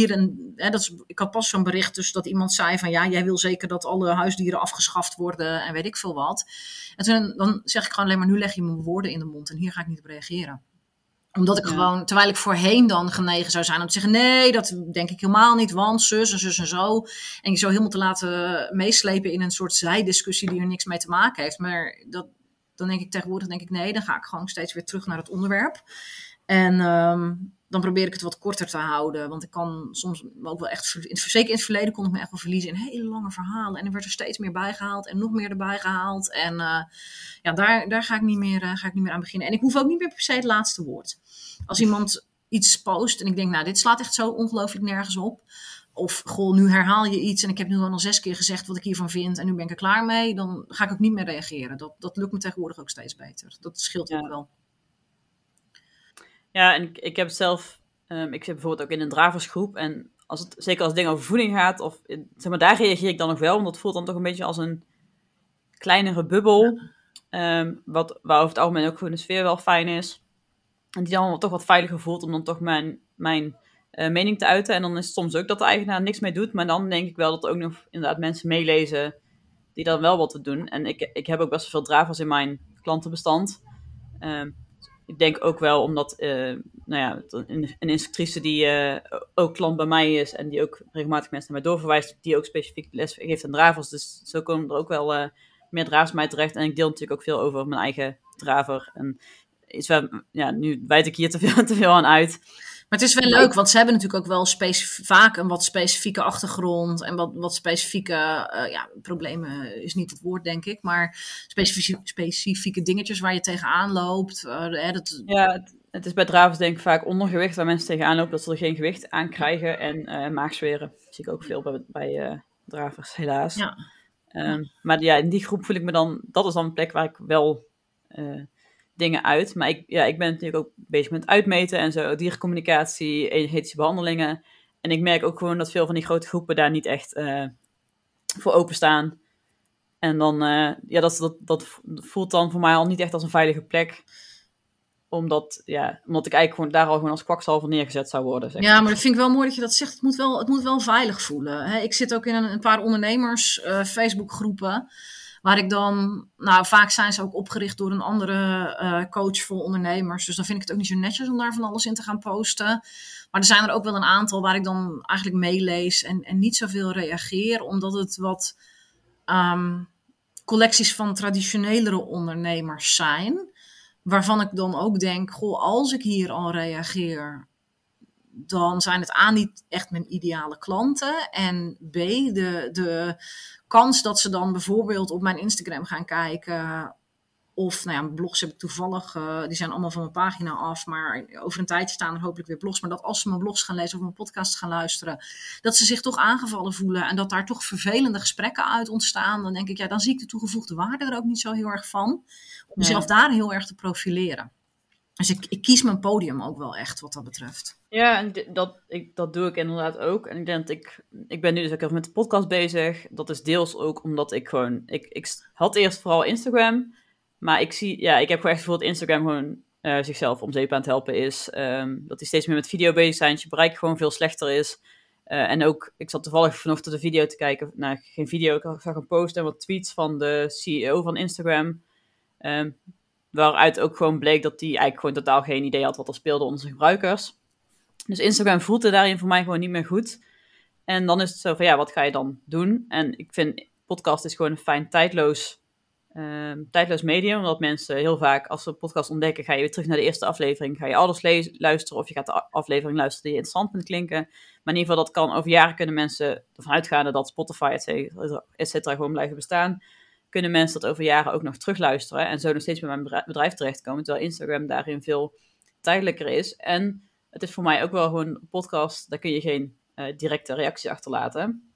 ik had pas zo'n bericht dus dat iemand zei van jij wil zeker dat alle huisdieren afgeschaft worden en weet ik veel wat. En dan zeg ik gewoon alleen maar, nu leg je me woorden in de mond en hier ga ik niet op reageren. Omdat ik gewoon, terwijl ik voorheen dan genegen zou zijn om te zeggen, nee, dat denk ik helemaal niet, want zus en zo. En je zo helemaal te laten meeslepen in een soort zijdiscussie die er niks mee te maken heeft. Maar dan denk ik tegenwoordig, nee, dan ga ik gewoon steeds weer terug naar het onderwerp. En dan probeer ik het wat korter te houden. Want ik kan soms ook wel echt, zeker in het verleden kon ik me echt wel verliezen in hele lange verhalen. En er werd er steeds meer bijgehaald en nog meer erbij gehaald. En daar ga ik niet meer aan beginnen. En ik hoef ook niet meer per se het laatste woord. Als iemand iets post en ik denk, nou, dit slaat echt zo ongelooflijk nergens op. Of, goh, nu herhaal je iets en ik heb nu al 6 keer gezegd wat ik hiervan vind en nu ben ik er klaar mee. Dan ga ik ook niet meer reageren. Dat lukt me tegenwoordig ook steeds beter. Dat scheelt ook wel. Ja, en ik heb het zelf, ik zit bijvoorbeeld ook in een draversgroep en zeker als het ding over voeding gaat, of zeg maar, daar reageer ik dan nog wel, want dat voelt dan toch een beetje als een kleinere bubbel, waar over het algemeen ook gewoon de sfeer wel fijn is. En die dan toch wat veiliger voelt om dan toch mijn mening te uiten. En dan is het soms ook dat de eigenaar niks mee doet, maar dan denk ik wel dat er ook nog inderdaad mensen meelezen die dan wel wat te doen. En ik heb ook best wel veel dravers in mijn klantenbestand. Ik denk ook wel omdat een instructrice die ook klant bij mij is en die ook regelmatig mensen naar mij doorverwijst, die ook specifiek les geeft aan dravers. Dus zo komen er ook wel meer dravers bij mij terecht. En ik deel natuurlijk ook veel over mijn eigen draver. En nu wijd ik hier te veel aan uit. Maar het is wel leuk, want ze hebben natuurlijk ook wel vaak een wat specifieke achtergrond en wat specifieke problemen is niet het woord, denk ik, maar specifieke dingetjes waar je tegenaan loopt. Het is bij dravers denk ik vaak ondergewicht waar mensen tegenaan lopen, dat ze er geen gewicht aan krijgen. En maagzweren zie ik ook veel bij dravers, helaas. Ja. Maar in die groep voel ik me dan, dat is dan een plek waar ik wel dingen uit. Maar ik ben natuurlijk ook bezig met uitmeten en zo, diercommunicatie, energetische behandelingen. En ik merk ook gewoon dat veel van die grote groepen daar niet echt voor openstaan. En dan, dat voelt dan voor mij al niet echt als een veilige plek. Omdat ik eigenlijk gewoon daar al gewoon als kwakzalver neergezet zou worden. Zeg. Ja, maar dat vind ik wel mooi dat je dat zegt. Het moet wel veilig voelen. Hè? Ik zit ook in een paar ondernemers Facebookgroepen. Waar ik dan, vaak zijn ze ook opgericht door een andere coach voor ondernemers. Dus dan vind ik het ook niet zo netjes om daar van alles in te gaan posten. Maar er zijn er ook wel een aantal waar ik dan eigenlijk meelees en niet zoveel reageer. Omdat het wat collecties van traditionelere ondernemers zijn. Waarvan ik dan ook denk, als ik hier al reageer, dan zijn het A, niet echt mijn ideale klanten. En B, de kans dat ze dan bijvoorbeeld op mijn Instagram gaan kijken. Of, nou ja, blogs heb ik toevallig, die zijn allemaal van mijn pagina af. Maar over een tijdje staan er hopelijk weer blogs. Maar dat als ze mijn blogs gaan lezen of mijn podcasts gaan luisteren, dat ze zich toch aangevallen voelen. En dat daar toch vervelende gesprekken uit ontstaan. Dan denk ik, ja, dan zie ik de toegevoegde waarde er ook niet zo heel erg van. Om mezelf daar heel erg te profileren. Dus ik kies mijn podium ook wel echt wat dat betreft. Ja, en dat doe ik inderdaad ook. En ik denk dat ik ben nu dus ook even met de podcast bezig. Dat is deels ook omdat ik gewoon... Ik had eerst vooral Instagram. Maar ik heb gewoon echt het gevoel dat Instagram gewoon zichzelf om zeep aan het helpen is. Dat die steeds meer met video bezig zijn. Dat je bereik gewoon veel slechter is. En ook, ik zat toevallig vanochtend een video te kijken. Nou, geen video, ik zag een post en wat tweets van de CEO van Instagram. Waaruit ook gewoon bleek dat die eigenlijk gewoon totaal geen idee had wat er speelde onder zijn gebruikers. Dus Instagram voelde daarin voor mij gewoon niet meer goed. En dan is het zo van, ja, wat ga je dan doen? En ik vind, podcast is gewoon een fijn tijdloos medium. Omdat mensen heel vaak, als ze een podcast ontdekken, ga je weer terug naar de eerste aflevering. Ga je alles luisteren of je gaat de aflevering luisteren die je interessant vindt klinken. Maar in ieder geval, dat kan over jaren kunnen mensen ervan uitgaan dat Spotify, et cetera, gewoon blijven bestaan. Kunnen mensen dat over jaren ook nog terugluisteren en zo nog steeds bij mijn bedrijf terechtkomen, terwijl Instagram daarin veel tijdelijker is. En het is voor mij ook wel gewoon een podcast, daar kun je geen directe reactie achterlaten.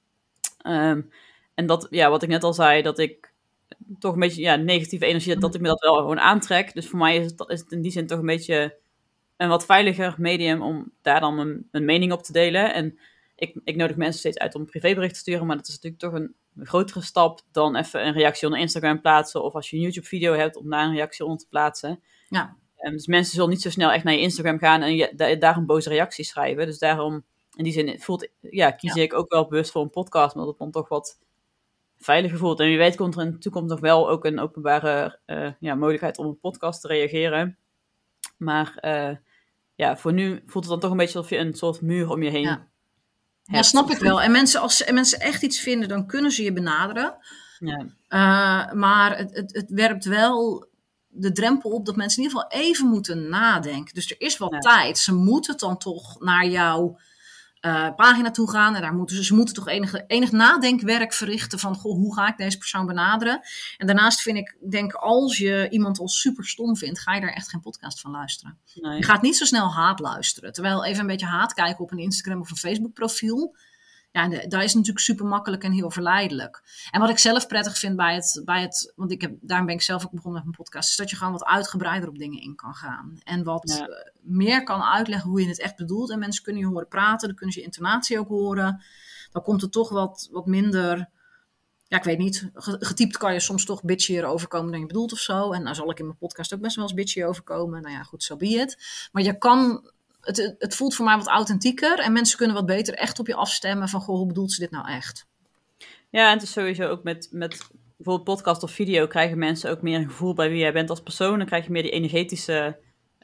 En dat, ja, wat ik net al zei, dat ik toch een beetje negatieve energie, dat ik me dat wel gewoon aantrek. Dus voor mij is het in die zin toch een beetje een wat veiliger medium om daar dan mijn mening op te delen. En ik nodig mensen steeds uit om een privébericht te sturen, maar dat is natuurlijk toch een grotere stap dan even een reactie onder Instagram plaatsen. Of als je een YouTube-video hebt, om daar een reactie onder te plaatsen. Ja. Dus mensen zullen niet zo snel echt naar je Instagram gaan en daar een boze reactie schrijven. Dus daarom, in die zin, kies ik ook wel bewust voor een podcast, omdat het dan toch wat veiliger voelt. En wie weet komt er in de toekomst nog wel ook een openbare mogelijkheid om een podcast te reageren. Maar voor nu voelt het dan toch een beetje alsof je een soort muur om je heen hebt. Ja, snap ik wel. En als mensen echt iets vinden, dan kunnen ze je benaderen. Ja. Maar het werpt wel de drempel op dat mensen in ieder geval even moeten nadenken. Dus er is wel tijd. Ze moeten dan toch naar jouw pagina toe gaan. En ze moeten toch enig nadenkwerk verrichten van, goh, hoe ga ik deze persoon benaderen? En daarnaast denk als je iemand al super stom vindt, ga je daar echt geen podcast van luisteren. Nee. Je gaat niet zo snel haat luisteren. Terwijl even een beetje haat kijken op een Instagram of een Facebook profiel, ja, dat is natuurlijk super makkelijk en heel verleidelijk. En wat ik zelf prettig vind bij het want daarom ben ik zelf ook begonnen met mijn podcast, is dat je gewoon wat uitgebreider op dingen in kan gaan. En wat meer kan uitleggen hoe je het echt bedoelt. En mensen kunnen je horen praten, dan kunnen ze je intonatie ook horen. Dan komt het toch wat minder, ja, ik weet niet, getypt kan je soms toch bitchier overkomen dan je bedoelt of zo. En nou zal ik in mijn podcast ook best wel eens bitchier overkomen. Nou ja, goed, so be it. Maar je kan... Het voelt voor mij wat authentieker en mensen kunnen wat beter echt op je afstemmen van, goh, hoe bedoelt ze dit nou echt? Ja, en het is sowieso ook met bijvoorbeeld podcast of video krijgen mensen ook meer een gevoel bij wie jij bent als persoon. Dan krijg je meer die energetische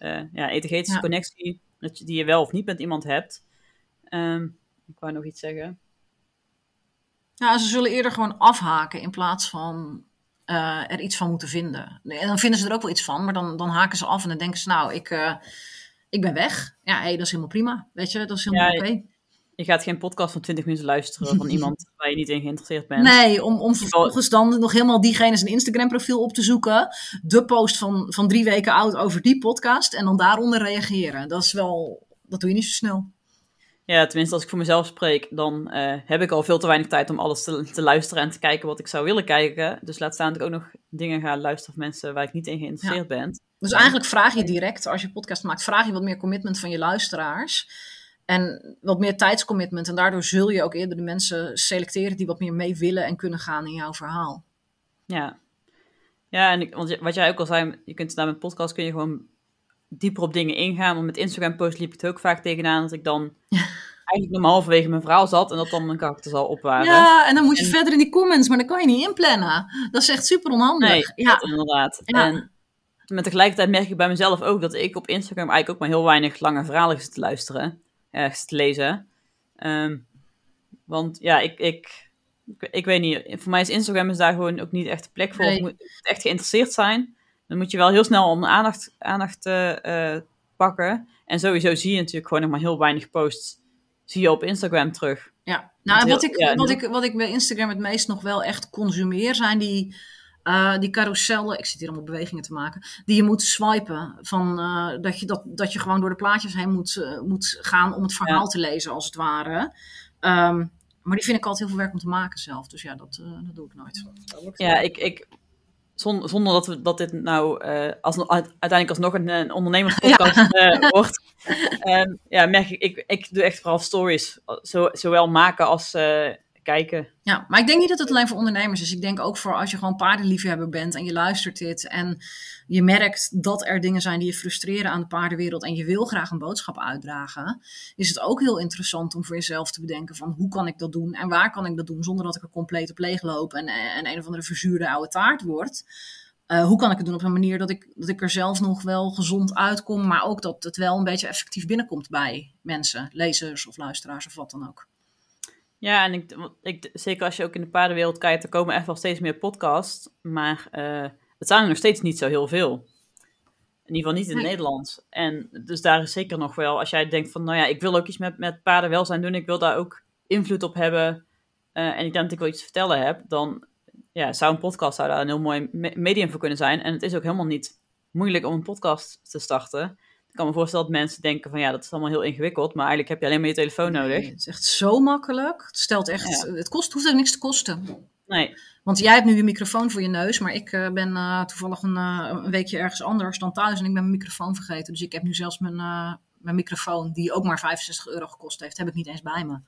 connectie die je wel of niet met iemand hebt. Ik wou nog iets zeggen. Ja, ze zullen eerder gewoon afhaken in plaats van er iets van moeten vinden. En dan vinden ze er ook wel iets van, maar dan haken ze af en dan denken ze, nou, ik ben weg. Ja, dat is helemaal prima. Weet je, dat is helemaal oké. Je gaat geen podcast van 20 minuten luisteren van iemand waar je niet in geïnteresseerd bent. Nee, om vervolgens dan nog helemaal diegene zijn Instagram profiel op te zoeken. De post van 3 weken oud over die podcast. En dan daaronder reageren. Dat doe je niet zo snel. Ja, tenminste als ik voor mezelf spreek, dan heb ik al veel te weinig tijd om alles te luisteren en te kijken wat ik zou willen kijken. Dus laat staan dat ik ook nog dingen ga luisteren van mensen waar ik niet in geïnteresseerd ben. Dus eigenlijk vraag je direct, als je podcast maakt, vraag je wat meer commitment van je luisteraars. En wat meer tijdscommitment. En daardoor zul je ook eerder de mensen selecteren die wat meer mee willen en kunnen gaan in jouw verhaal. Ja, en want wat jij ook al zei, je kunt met podcast kun je gewoon dieper op dingen ingaan. Want met Instagram post liep ik het ook vaak tegenaan dat ik dan eigenlijk nog maar halverwege mijn verhaal zat en dat dan mijn karakters al op waren. Ja, en dan moet je verder in die comments, maar dat kan je niet inplannen. Dat is echt super onhandig. Nee, inderdaad. Ja. En met tegelijkertijd merk ik bij mezelf ook dat ik op Instagram eigenlijk ook maar heel weinig lange verhalen zit te luisteren. Ergens te lezen. Want ja, ik weet niet. Voor mij is Instagram daar gewoon ook niet echt de plek voor. Nee. Je moet echt geïnteresseerd zijn. Dan moet je wel heel snel om aandacht pakken. En sowieso zie je natuurlijk gewoon nog maar heel weinig posts. Zie je op Instagram terug. Ja, wat ik bij Instagram het meest nog wel echt consumeer, zijn die carousellen, ik zit hier allemaal bewegingen te maken, die je moet swipen. Dat je gewoon door de plaatjes heen moet gaan om het verhaal te lezen, als het ware. Maar die vind ik altijd heel veel werk om te maken zelf. Dus ja, dat doe ik nooit. Ja, ik zonder dat dit nou uiteindelijk alsnog een ondernemerspodcast wordt, merk ik doe echt vooral stories. Zowel maken als kijken. Ja, maar ik denk niet dat het alleen voor ondernemers is. Ik denk ook voor als je gewoon paardenliefhebber bent en je luistert dit en je merkt dat er dingen zijn die je frustreren aan de paardenwereld en je wil graag een boodschap uitdragen, is het ook heel interessant om voor jezelf te bedenken van hoe kan ik dat doen en waar kan ik dat doen zonder dat ik er compleet op leeg loop en een of andere verzuurde oude taart word. Hoe kan ik het doen op een manier dat ik er zelf nog wel gezond uitkom, maar ook dat het wel een beetje effectief binnenkomt bij mensen, lezers of luisteraars of wat dan ook. Ja, en ik zeker als je ook in de paardenwereld kijkt, er komen echt wel steeds meer podcasts, maar het zijn er nog steeds niet zo heel veel. In ieder geval niet in het Nederlands. En dus daar is zeker nog wel, als jij denkt van, nou ja, ik wil ook iets met paardenwelzijn doen, ik wil daar ook invloed op hebben, en ik denk dat ik wel iets te vertellen heb, dan zou een podcast daar een heel mooi medium voor kunnen zijn. En het is ook helemaal niet moeilijk om een podcast te starten. Ik kan me voorstellen dat mensen denken van dat is allemaal heel ingewikkeld, maar eigenlijk heb je alleen maar je telefoon nodig. Het is echt zo makkelijk. Het stelt echt, het hoeft ook niks te kosten. Nee. Want jij hebt nu je microfoon voor je neus, maar ik ben toevallig een weekje ergens anders dan thuis en ik ben mijn microfoon vergeten. Dus ik heb nu zelfs mijn microfoon, die ook maar €65 gekost heeft, heb ik niet eens bij me.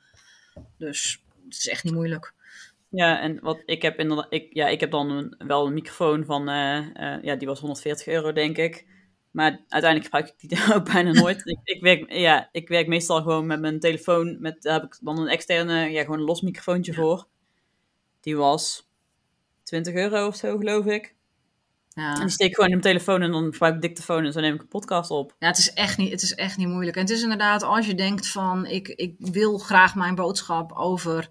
Dus het is echt niet moeilijk. Ja, en wat ik heb ik heb dan wel een microfoon van, die was €140 denk ik. Maar uiteindelijk gebruik ik die ook bijna nooit. Ik werk meestal gewoon met mijn telefoon. Daar heb ik dan een externe, gewoon een los microfoontje voor. Die was €20 of zo, geloof ik. Ja. En die steek ik gewoon in mijn telefoon en dan gebruik ik dictafoon en zo neem ik een podcast op. Ja, het is echt niet moeilijk. En het is inderdaad, als je denkt van, ik wil graag mijn boodschap over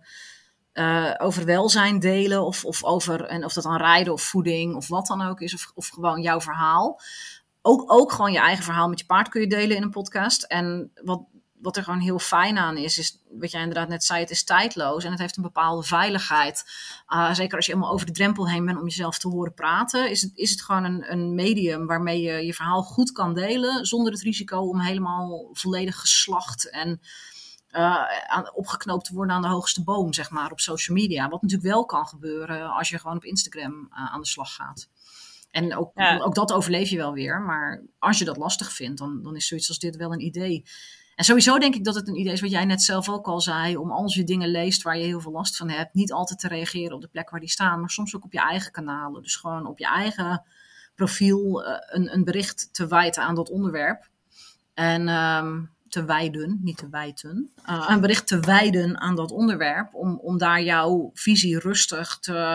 welzijn delen of over, en of dat dan rijden of voeding of wat dan ook is, of gewoon jouw verhaal. Ook gewoon je eigen verhaal met je paard kun je delen in een podcast. En wat er gewoon heel fijn aan is wat jij inderdaad net zei, het is tijdloos en het heeft een bepaalde veiligheid. Zeker als je helemaal over de drempel heen bent om jezelf te horen praten, is het gewoon een medium waarmee je je verhaal goed kan delen, zonder het risico om helemaal volledig geslacht en opgeknoopt te worden aan de hoogste boom, zeg maar, op social media. Wat natuurlijk wel kan gebeuren als je gewoon op Instagram aan de slag gaat. En ook dat overleef je wel weer. Maar als je dat lastig vindt, dan is zoiets als dit wel een idee. En sowieso denk ik dat het een idee is wat jij net zelf ook al zei. Om als je dingen leest waar je heel veel last van hebt, niet altijd te reageren op de plek waar die staan. Maar soms ook op je eigen kanalen. Dus gewoon op je eigen profiel een bericht te wijten aan dat onderwerp. En te wijden, niet te wijten. Een bericht te wijden aan dat onderwerp. Om daar jouw visie rustig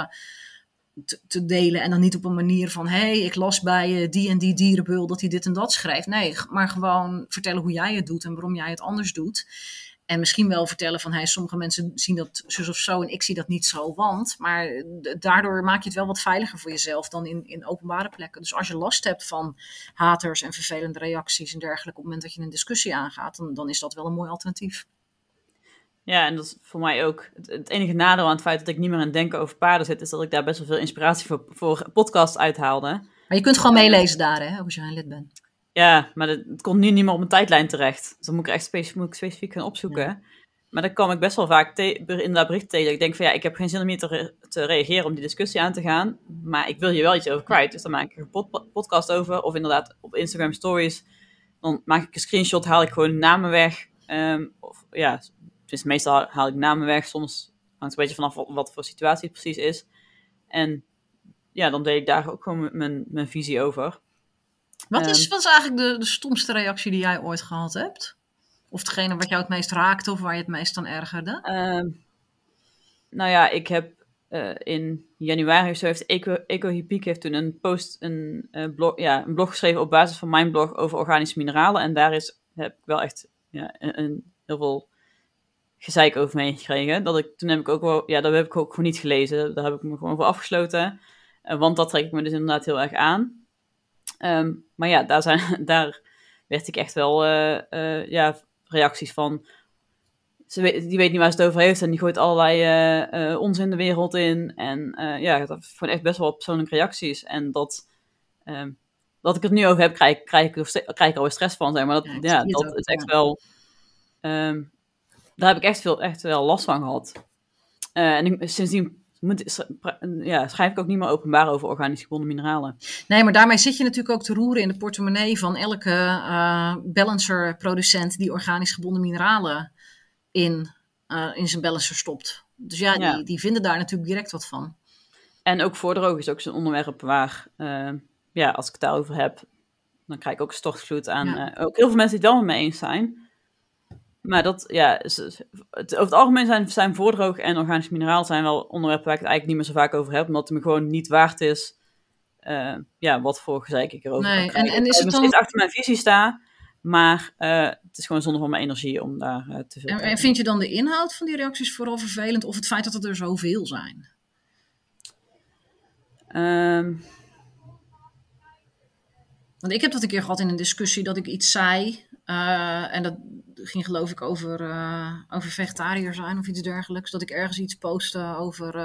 te delen en dan niet op een manier van ik las bij die en die dierenbeul dat hij dit en dat schrijft. Nee, maar gewoon vertellen hoe jij het doet en waarom jij het anders doet. En misschien wel vertellen van sommige mensen zien dat zus of zo en ik zie dat niet zo, maar daardoor maak je het wel wat veiliger voor jezelf dan in openbare plekken. Dus als je last hebt van haters en vervelende reacties en dergelijke op het moment dat je een discussie aangaat, dan is dat wel een mooi alternatief. Ja, en dat is voor mij ook het enige nadeel aan het feit dat ik niet meer aan het denken over paarden zit, is dat ik daar best wel veel inspiratie voor podcasts uithaalde. Maar je kunt gewoon meelezen daar, hè, als je een lid bent. Ja, maar het komt nu niet meer op mijn tijdlijn terecht. Dus dan moet ik echt specifiek gaan opzoeken. Ja. Maar dan kwam ik best wel vaak inderdaad berichten tegen. Ik denk van ik heb geen zin om hier te reageren, om die discussie aan te gaan. Maar ik wil hier wel iets over kwijt. Dus dan maak ik een podcast over. Of inderdaad op Instagram Stories. Dan maak ik een screenshot, haal ik gewoon namen weg. Dus meestal haal ik namen weg. Soms hangt het een beetje vanaf wat voor situatie het precies is. En dan deed ik daar ook gewoon mijn visie over. Wat is eigenlijk de stomste reactie die jij ooit gehad hebt? Of degene wat jou het meest raakte of waar je het meest aan ergerde? Ik heb in januari of zo heeft Ecohypiek heeft toen een blog geschreven op basis van mijn blog over organische mineralen. En daar heb ik wel echt heel veel gezeik over meegekregen. Toen heb ik ook wel, dat heb ik ook gewoon niet gelezen. Daar heb ik me gewoon voor afgesloten. Want dat trek ik me dus inderdaad heel erg aan. Maar daar werd ik echt wel reacties van... Die weet niet waar ze het over heeft en die gooit allerlei onzin de wereld in. En dat vond echt best wel persoonlijke reacties. En dat ik het nu over heb, krijg ik er alweer stress van. Zeg maar dat is echt wel... daar heb ik echt wel last van gehad. En sindsdien schrijf ik ook niet meer openbaar over organisch gebonden mineralen. Nee, maar daarmee zit je natuurlijk ook te roeren in de portemonnee van elke balancer-producent die organisch gebonden mineralen in zijn balancer stopt. Dus die vinden daar natuurlijk direct wat van. En ook voordroog is ook zo'n onderwerp waar, als ik het daarover heb, dan krijg ik ook stortvloed aan. Ook heel veel mensen die het wel met me eens zijn. Maar over het algemeen zijn voordroog en organisch mineraal zijn wel onderwerpen waar ik het eigenlijk niet meer zo vaak over heb, omdat het me gewoon niet waard is wat voor gezeik ik erover kan krijgen. En is het dan... steeds achter mijn visie sta, maar het is gewoon zonde van mijn energie om daar te veel en vind je dan de inhoud van die reacties vooral vervelend of het feit dat er zoveel zijn? Want ik heb dat een keer gehad in een discussie dat ik iets zei en dat ging geloof ik over vegetariër zijn of iets dergelijks. Dat ik ergens iets postte over...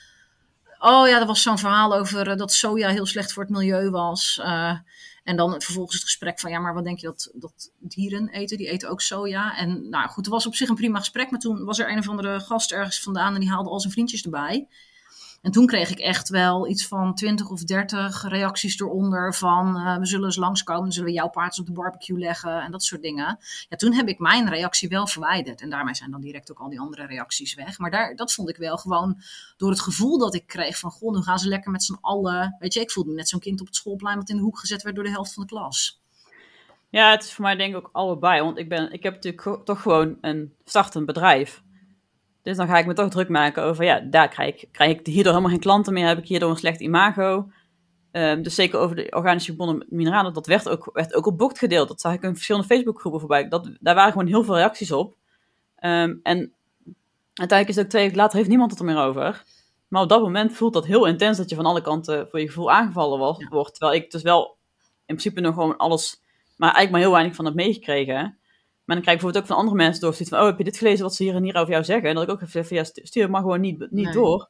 er was zo'n verhaal over dat soja heel slecht voor het milieu was. En dan vervolgens het gesprek van... maar wat denk je dat dieren eten? Die eten ook soja. En nou goed, het was op zich een prima gesprek. Maar toen was er een of andere gast ergens vandaan... en die haalde al zijn vriendjes erbij. En toen kreeg ik echt wel iets van 20 of 30 reacties eronder van... we zullen eens langskomen, dan zullen we jouw paardjes op de barbecue leggen en dat soort dingen. Ja, toen heb ik mijn reactie wel verwijderd. En daarmee zijn dan direct ook al die andere reacties weg. Maar dat vond ik wel gewoon door het gevoel dat ik kreeg van... nu gaan ze lekker met z'n allen... Weet je, ik voelde me net zo'n kind op het schoolplein... dat in de hoek gezet werd door de helft van de klas. Ja, het is voor mij denk ik ook allebei. Want ik heb natuurlijk toch gewoon een startend bedrijf... Dus dan ga ik me toch druk maken over, daar krijg ik hierdoor helemaal geen klanten meer, heb ik hierdoor een slecht imago. Dus zeker over de organische gebonden mineralen, dat werd ook op Bokt gedeeld. Dat zag ik in verschillende Facebookgroepen voorbij. Daar waren gewoon heel veel reacties op. En uiteindelijk is het ook 2 weken later, heeft niemand het er meer over. Maar op dat moment voelt dat heel intens dat je van alle kanten voor je gevoel aangevallen wordt. Terwijl ik dus wel in principe nog gewoon alles, maar eigenlijk maar heel weinig van heb meegekregen. Maar dan krijg ik bijvoorbeeld ook van andere mensen door zoiets van... heb je dit gelezen wat ze hier en hier over jou zeggen? En dat ik ook even zeg van, stuur het maar gewoon niet door.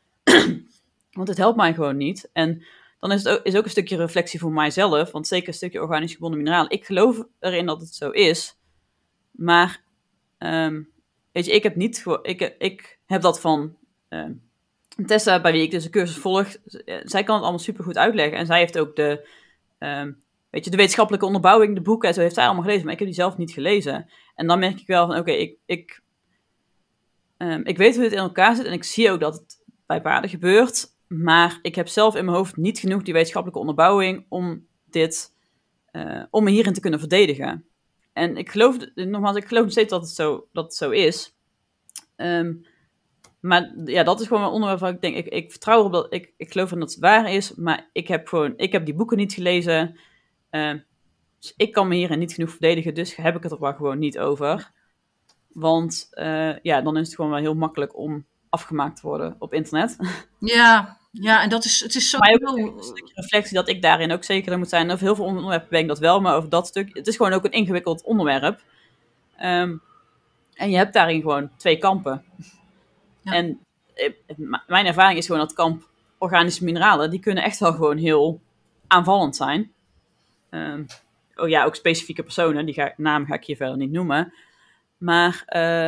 Want het helpt mij gewoon niet. En dan is het ook een stukje reflectie voor mijzelf. Want zeker een stukje organisch gebonden mineralen. Ik geloof erin dat het zo is. Maar, weet je, ik heb dat van Tessa, bij wie ik dus een cursus volg. Zij kan het allemaal supergoed uitleggen. En zij heeft ook de wetenschappelijke onderbouwing, de boeken, zo heeft zij allemaal gelezen, maar ik heb die zelf niet gelezen. En dan merk ik wel van, ik weet hoe het in elkaar zit en ik zie ook dat het bij paarden gebeurt, maar ik heb zelf in mijn hoofd niet genoeg die wetenschappelijke onderbouwing om me hierin te kunnen verdedigen. En ik geloof nog steeds dat het zo is. Maar ja, dat is gewoon een onderwerp waar ik denk, ik vertrouw erop dat ik geloof dat het waar is, maar ik heb die boeken niet gelezen. Dus ik kan me hierin niet genoeg verdedigen, dus heb ik het er maar gewoon niet over. Want dan is het gewoon wel heel makkelijk om afgemaakt te worden op internet. Ja, en het is zo... Maar ook een stukje reflectie dat ik daarin ook zeker in moet zijn. Over heel veel onderwerpen ben ik dat wel, maar over dat stuk... Het is gewoon ook een ingewikkeld onderwerp. En je hebt daarin gewoon 2 kampen. Ja. En mijn ervaring is gewoon dat kamp organische mineralen, die kunnen echt wel gewoon heel aanvallend zijn. Ook specifieke personen, namen ga ik hier verder niet noemen. Maar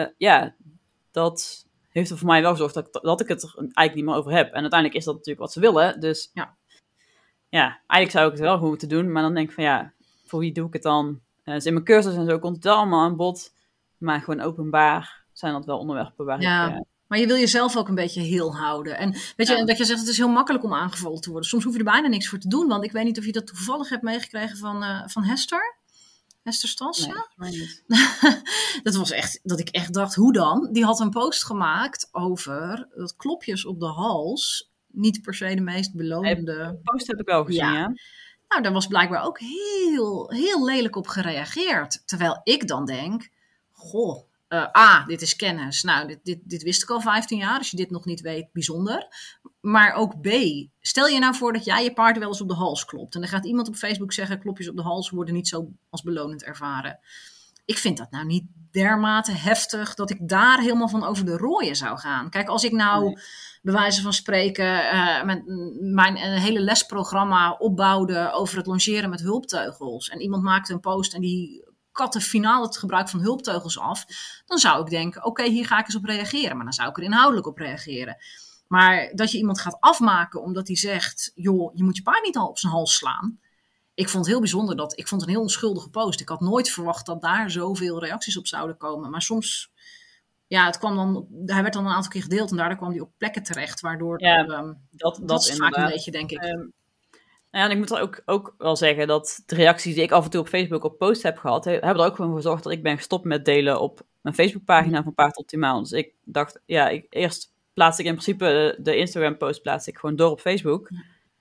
dat heeft er voor mij wel gezorgd dat ik het er eigenlijk niet meer over heb. En uiteindelijk is dat natuurlijk wat ze willen. Dus ja, eigenlijk zou ik het wel goed moeten doen. Maar dan denk ik van voor wie doe ik het dan? Dus in mijn cursus en zo komt het allemaal aan bod. Maar gewoon openbaar zijn dat wel onderwerpen waar ik... Maar je wil jezelf ook een beetje heel houden. En weet je, dat je zegt, het is heel makkelijk om aangevallen te worden. Soms hoef je er bijna niks voor te doen. Want ik weet niet of je dat toevallig hebt meegekregen van Hester. Hester Stassen? Nee, niet. Dat was echt, dat ik echt dacht, hoe dan? Die had een post gemaakt over dat klopjes op de hals niet per se de meest belonende... De post heb ik wel gezien, ja. Nou, daar was blijkbaar ook heel, heel lelijk op gereageerd. Terwijl ik dan denk, goh, dit is kennis. Nou, dit wist ik al 15 jaar. Als je dit nog niet weet, bijzonder. Maar ook B, stel je nou voor dat jij je partner wel eens op de hals klopt. En dan gaat iemand op Facebook zeggen, klopjes op de hals worden niet zo als belonend ervaren. Ik vind dat nou niet dermate heftig dat ik daar helemaal van over de rooien zou gaan. Kijk, als ik nou bij wijze van spreken mijn hele lesprogramma opbouwde over het longeren met hulpteugels. En iemand maakte een post en die katte finaal het gebruik van hulpteugels af. Dan zou ik denken, oké, hier ga ik eens op reageren. Maar dan zou ik er inhoudelijk op reageren. Maar dat je iemand gaat afmaken omdat hij zegt, joh, je moet je paard niet al op zijn hals slaan. Ik vond het heel bijzonder ik vond het een heel onschuldige post. Ik had nooit verwacht dat daar zoveel reacties op zouden komen. Maar soms, hij werd dan een aantal keer gedeeld en daardoor kwam hij op plekken terecht, waardoor dat is vaak een beetje, denk ik. En ik moet er ook wel zeggen dat de reacties die ik af en toe op Facebook op posts heb gehad, hebben er ook gewoon voor gezorgd dat ik ben gestopt met delen op mijn Facebookpagina van Paard Optimaal. Dus ik dacht, eerst plaatste ik in principe de Instagram post plaatste ik gewoon door op Facebook.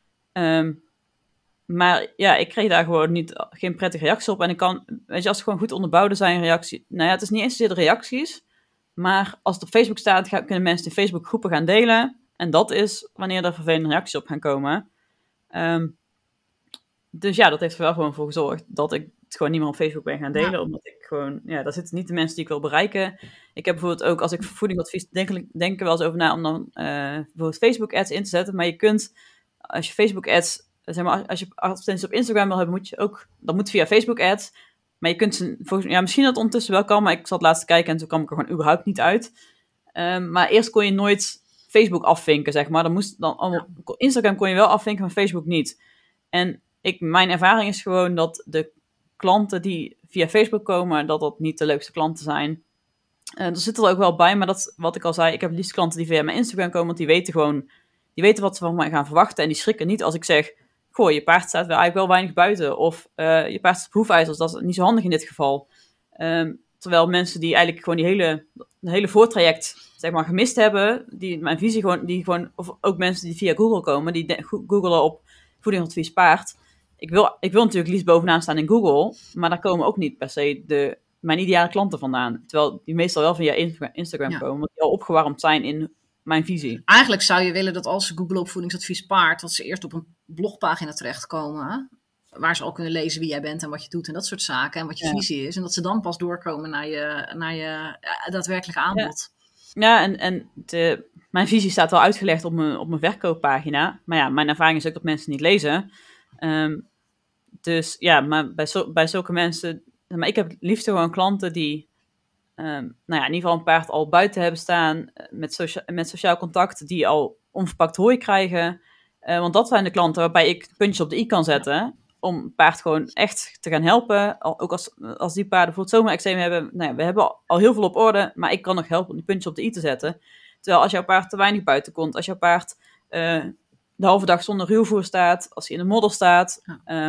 Maar ik kreeg daar gewoon geen prettige reacties op. En ik kan, als het gewoon goed onderbouwde zijn reacties. Nou ja, het is niet eens zozeer de reacties. Maar als het op Facebook staat, kunnen mensen in Facebook groepen gaan delen. En dat is wanneer er vervelende reacties op gaan komen. Dus dat heeft er wel gewoon voor gezorgd dat ik het gewoon niet meer op Facebook ben gaan delen. Ja. Omdat ik gewoon, daar zitten niet de mensen die ik wil bereiken. Ik heb bijvoorbeeld ook, als ik voedingsadvies denk er wel eens over na om dan bijvoorbeeld Facebook ads in te zetten. Maar je kunt, als je Facebook ads, zeg maar, als je advertenties op Instagram wil hebben, dat moet via Facebook ads. Maar je kunt ze, misschien dat ondertussen wel kan, maar ik zat laatst te kijken en toen kwam ik er gewoon überhaupt niet uit. Maar eerst kon je nooit Facebook afvinken, zeg maar. Instagram kon je wel afvinken, maar Facebook niet. En mijn ervaring is gewoon dat de klanten die via Facebook komen, dat niet de leukste klanten zijn. Er zit er ook wel bij, maar dat, wat ik al zei, ik heb liefst klanten die via mijn Instagram komen, want die weten wat ze van mij gaan verwachten en die schrikken niet als ik zeg, goh, je paard staat eigenlijk wel weinig buiten, of je paard staat op hoefijzers, dat is niet zo handig in dit geval. Terwijl mensen die eigenlijk gewoon de hele voortraject, zeg maar, gemist hebben, die mijn visie of ook mensen die via Google komen, die googelen op voedingsadvies paard. Ik wil natuurlijk liefst bovenaan staan in Google, maar daar komen ook niet per se mijn ideale klanten vandaan. Terwijl die meestal wel via Instagram komen, want die al opgewarmd zijn in mijn visie. Eigenlijk zou je willen dat als ze googelen op voedingsadvies paard, dat ze eerst op een blogpagina terechtkomen, waar ze al kunnen lezen wie jij bent en wat je doet en dat soort zaken en wat je visie is. En dat ze dan pas doorkomen naar je daadwerkelijke aanbod. Ja, en mijn visie staat wel uitgelegd op mijn verkooppagina. Maar mijn ervaring is ook dat mensen niet lezen. Maar bij zulke mensen, maar ik heb het liefst gewoon klanten die in ieder geval een paard al buiten hebben staan, met sociaal contact, die al onverpakt hooi krijgen. Want dat zijn de klanten waarbij ik puntjes op de i kan zetten, om een paard gewoon echt te gaan helpen. Ook als die paarden bijvoorbeeld zomerexeem hebben, we hebben al heel veel op orde, maar ik kan nog helpen om die puntjes op de i te zetten. Terwijl als jouw paard te weinig buiten komt, als jouw paard de halve dag zonder ruwvoer staat, als hij in de modder staat,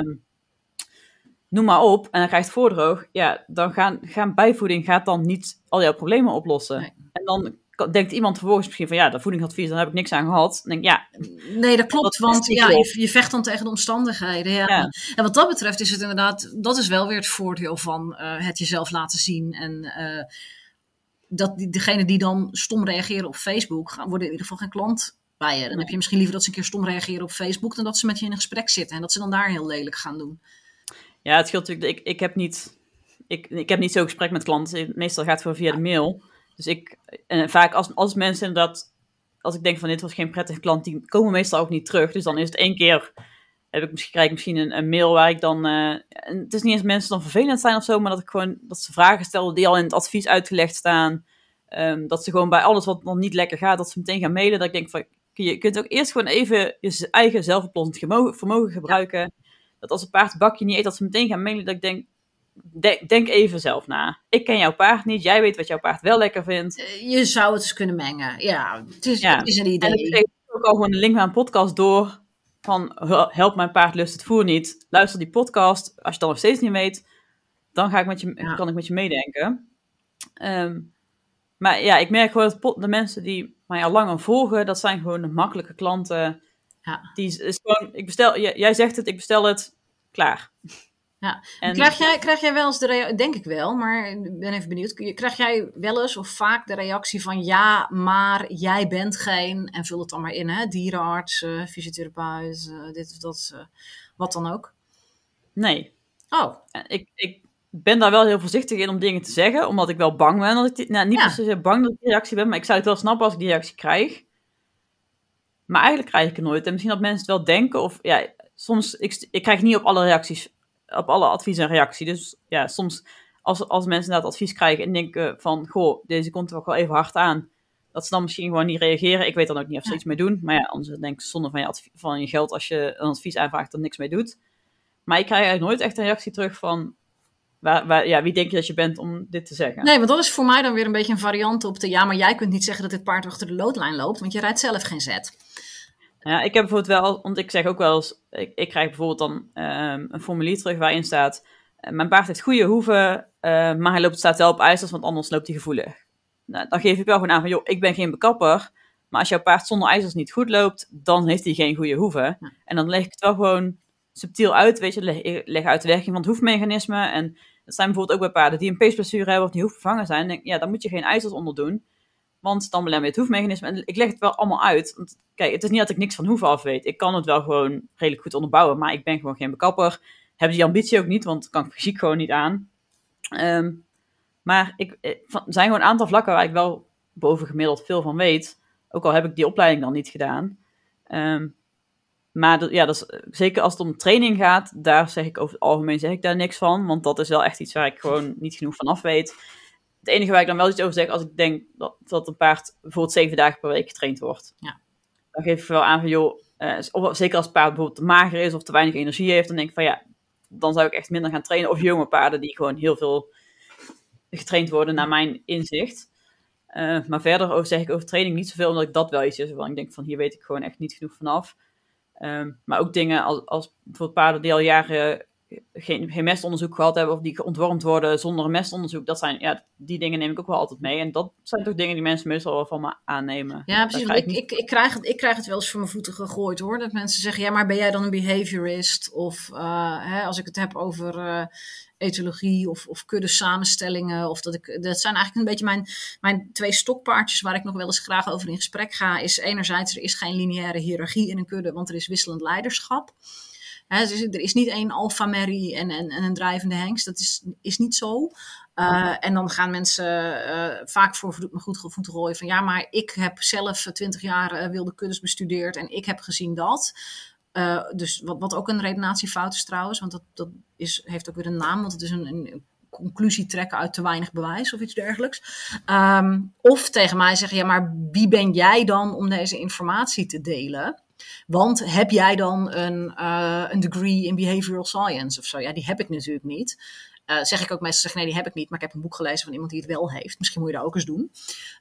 noem maar op, en dan krijgt voordroog, dan gaan bijvoeding gaat dan niet al jouw problemen oplossen. Nee. En dan denkt iemand vervolgens misschien van, dat voedingsadvies, dan heb ik niks aan gehad. Dan denk nee, dat klopt, want je vecht dan tegen de omstandigheden. Ja. Ja. En wat dat betreft is het inderdaad, dat is wel weer het voordeel van het jezelf laten zien. En dat degene die dan stom reageren op Facebook, worden in ieder geval geen klant bij je. Dan heb je misschien liever dat ze een keer stom reageren op Facebook, dan dat ze met je in een gesprek zitten en dat ze dan daar heel lelijk gaan doen. Ja, het scheelt natuurlijk. Ik heb niet zo'n gesprek met klanten. Meestal gaat het gewoon via de mail. Dus vaak als mensen inderdaad, als ik denk van dit was geen prettige klant, die komen meestal ook niet terug. Dus dan is het 1 keer, krijg ik misschien een mail waar ik dan, het is niet eens mensen dan vervelend zijn of zo, maar dat ze vragen stellen die al in het advies uitgelegd staan. Dat ze gewoon bij alles wat nog niet lekker gaat, dat ze meteen gaan mailen. Dat ik denk van, je kunt ook eerst gewoon even je eigen zelfoplossend vermogen gebruiken. Ja. Dat als een paard het bakje niet eet, dat ze meteen gaan mailen. Dat ik denk even zelf na. Ik ken jouw paard niet. Jij weet wat jouw paard wel lekker vindt. Je zou het eens kunnen mengen. Ja, het is een idee. En ik geef ook al gewoon een link naar een podcast door. Van help mijn paard lust het voer niet. Luister die podcast. Als je het dan nog steeds niet weet, dan kan ik met je meedenken. Maar ik merk gewoon dat de mensen die mij al langer volgen, dat zijn gewoon de makkelijke klanten. Ja. Die is gewoon, jij zegt het, ik bestel het, klaar. Ja. En krijg jij wel eens denk ik wel, maar ik ben even benieuwd. Krijg jij wel eens of vaak de reactie van ja, maar jij bent geen, en vul het dan maar in, hè, dierenarts, fysiotherapeut, dit of dat, wat dan ook? Nee. Oh. Ik ben daar wel heel voorzichtig in om dingen te zeggen, omdat ik wel bang ben dat ik niet precies bang dat ik die reactie ben, maar ik zou het wel snappen als ik die reactie krijg. Maar eigenlijk krijg ik het nooit. En misschien dat mensen het wel denken, of ja, soms, ik krijg niet op alle reacties, op alle advies een reactie. Dus ja, soms als mensen dat advies krijgen en denken van, goh, deze komt er ook wel even hard aan, dat ze dan misschien gewoon niet reageren. Ik weet dan ook niet of ze iets mee doen. Maar ja, anders denk ik zonde van je geld als je een advies aanvraagt en niks mee doet. Maar ik krijg eigenlijk nooit echt een reactie terug van, wie denk je dat je bent om dit te zeggen? Nee, want dat is voor mij dan weer een beetje een variant op de, ja, maar jij kunt niet zeggen dat dit paard achter de loodlijn loopt, want je rijdt zelf geen zet. Ja, ik heb bijvoorbeeld wel, want ik zeg ook wel eens, ik krijg bijvoorbeeld dan een formulier terug waarin staat, mijn paard heeft goede hoeven, maar hij staat wel op ijzers, want anders loopt hij gevoelig. Nou, dan geef ik wel gewoon aan van, joh, ik ben geen bekapper, maar als jouw paard zonder ijzers niet goed loopt, dan heeft hij geen goede hoeven. Ja. En dan leg ik het wel gewoon subtiel uit, weet je, leg uit de werking van het hoefmechanisme. En dat zijn bijvoorbeeld ook bij paarden die een peesblessure hebben of die hoefvervangen zijn. Denk, ja, dan moet je geen ijzers onder doen. Want dan belem je het hoefmechanisme. En ik leg het wel allemaal uit. Want kijk, het is niet dat ik niks van hoeven af weet. Ik kan het wel gewoon redelijk goed onderbouwen. Maar ik ben gewoon geen bekapper. Heb die ambitie ook niet, want dat kan ik fysiek gewoon niet aan. Maar er zijn gewoon een aantal vlakken waar ik wel bovengemiddeld veel van weet. Ook al heb ik die opleiding dan niet gedaan. Maar dat is, zeker als het om training gaat, daar zeg ik over het algemeen zeg ik daar niks van. Want dat is wel echt iets waar ik gewoon niet genoeg van af weet. Het enige waar ik dan wel iets over zeg, als ik denk dat een paard bijvoorbeeld 7 dagen per week getraind wordt. Ja. Dan geef ik wel aan van, joh, zeker als het paard bijvoorbeeld te mager is of te weinig energie heeft, dan denk ik van ja, dan zou ik echt minder gaan trainen. Of jonge paarden die gewoon heel veel getraind worden naar mijn inzicht. Maar verder zeg ik over training niet zoveel, omdat ik dat wel iets is waarvan ik denk van hier weet ik gewoon echt niet genoeg vanaf. Maar ook dingen als bijvoorbeeld paarden die al jaren geen mestonderzoek gehad hebben of die ontwormd worden zonder een mestonderzoek, dat zijn, die dingen neem ik ook wel altijd mee. En dat zijn toch dingen die mensen meestal wel van me aannemen. Ja, precies. Ik krijg het wel eens voor mijn voeten gegooid hoor. Dat mensen zeggen, ja, maar ben jij dan een behaviorist? Of als ik het heb over etologie of kudde samenstellingen. Dat zijn eigenlijk een beetje mijn 2 stokpaardjes waar ik nog wel eens graag over in gesprek ga. Is enerzijds, er is geen lineaire hiërarchie in een kudde, want er is wisselend leiderschap. Dus er is niet één alpha Mary en een drijvende hengst. Dat is niet zo. En dan gaan mensen vaak voor me goed voeten gooien van ja, maar ik heb zelf 20 jaar wilde kuddes bestudeerd en ik heb gezien dat. Dus wat ook een redenatiefout is trouwens, want dat heeft ook weer een naam, want het is een conclusie trekken uit te weinig bewijs of iets dergelijks. Of tegen mij zeggen, ja, maar wie ben jij dan om deze informatie te delen? Want heb jij dan een degree in behavioral science of zo? Ja, die heb ik natuurlijk niet. Zeg ik ook meestal, nee, die heb ik niet, maar ik heb een boek gelezen van iemand die het wel heeft. Misschien moet je dat ook eens doen.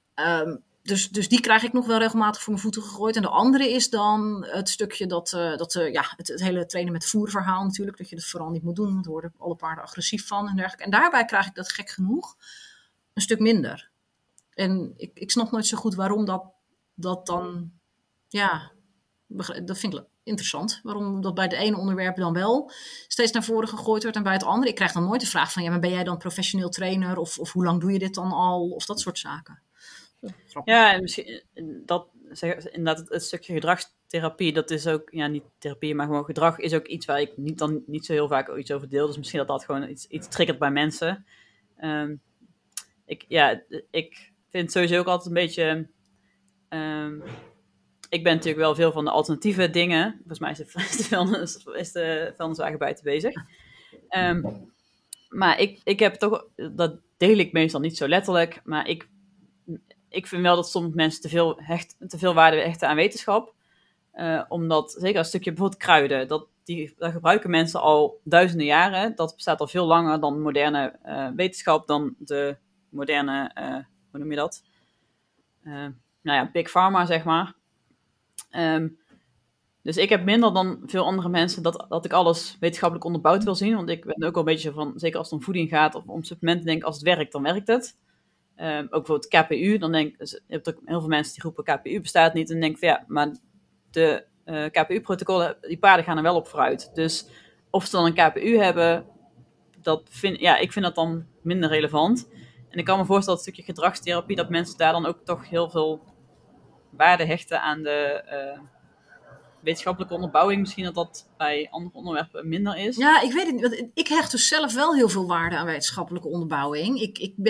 Dus die krijg ik nog wel regelmatig voor mijn voeten gegooid. En de andere is dan het stukje het hele trainen met voerverhaal natuurlijk. Dat je dat vooral niet moet doen, want daar worden alle paarden agressief van en dergelijke. En daarbij krijg ik dat gek genoeg een stuk minder. En ik snap nooit zo goed waarom dat dan, ja, dat vind ik interessant. Waarom dat bij het ene onderwerp dan wel steeds naar voren gegooid wordt en bij het andere. Ik krijg dan nooit de vraag van, ja, maar ben jij dan professioneel trainer? Of hoe lang doe je dit dan al? Of dat soort zaken. Ja, en misschien inderdaad het stukje gedragstherapie, dat is ook, ja, niet therapie, maar gewoon gedrag is ook iets waar ik niet zo heel vaak iets over deel. Dus misschien dat gewoon iets triggert bij mensen. Ik vind sowieso ook altijd een beetje... ik ben natuurlijk wel veel van de alternatieve dingen. Volgens mij is de vuilniswagen buiten bezig. Maar ik heb toch... Dat deel ik meestal niet zo letterlijk. Maar ik vind wel dat soms mensen te veel waarde hechten aan wetenschap. Omdat, zeker een stukje bijvoorbeeld kruiden... Dat gebruiken mensen al duizenden jaren. Dat bestaat al veel langer dan moderne wetenschap. Dan de moderne... hoe noem je dat? Big Pharma, zeg maar. Dus ik heb minder dan veel andere mensen dat ik alles wetenschappelijk onderbouwd wil zien. Want ik ben ook wel een beetje van, zeker als het om voeding gaat of om supplementen, denk ik, als het werkt, dan werkt het. Ook bijvoorbeeld KPU, dan denk ik, dus je hebt ook heel veel mensen die roepen KPU bestaat niet. En dan denk ik van ja, maar de KPU-protocollen, die paarden gaan er wel op vooruit. Dus of ze dan een KPU hebben, ik vind dat dan minder relevant. En ik kan me voorstellen dat het stukje gedragstherapie, dat mensen daar dan ook toch heel veel waarde hechten aan de wetenschappelijke onderbouwing. Misschien dat bij andere onderwerpen minder is. Ja, ik weet het niet. Want ik hecht dus zelf wel heel veel waarde aan wetenschappelijke onderbouwing.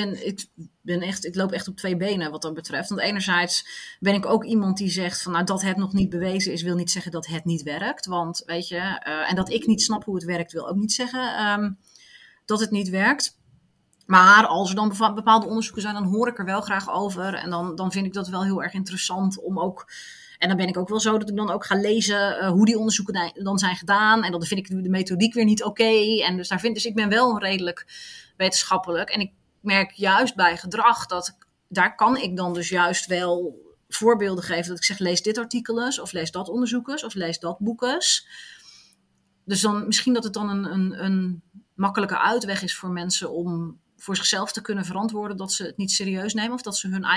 Ik loop echt op 2 benen wat dat betreft. Want enerzijds ben ik ook iemand die zegt van, nou, dat het nog niet bewezen is, wil niet zeggen dat het niet werkt. Want weet je, en dat ik niet snap hoe het werkt, wil ook niet zeggen dat het niet werkt. Maar als er dan bepaalde onderzoeken zijn, dan hoor ik er wel graag over. En dan vind ik dat wel heel erg interessant om ook... En dan ben ik ook wel zo dat ik dan ook ga lezen hoe die onderzoeken dan zijn gedaan. En dan vind ik de methodiek weer niet oké. En dus ik ben wel redelijk wetenschappelijk. En ik merk juist bij gedrag daar kan ik dan dus juist wel voorbeelden geven. Dat ik zeg, lees dit artikel eens, of lees dat onderzoek eens, of lees dat boek eens. Dus dan misschien dat het dan een makkelijke uitweg is voor mensen om voor zichzelf te kunnen verantwoorden dat ze het niet serieus nemen. Of dat ze hun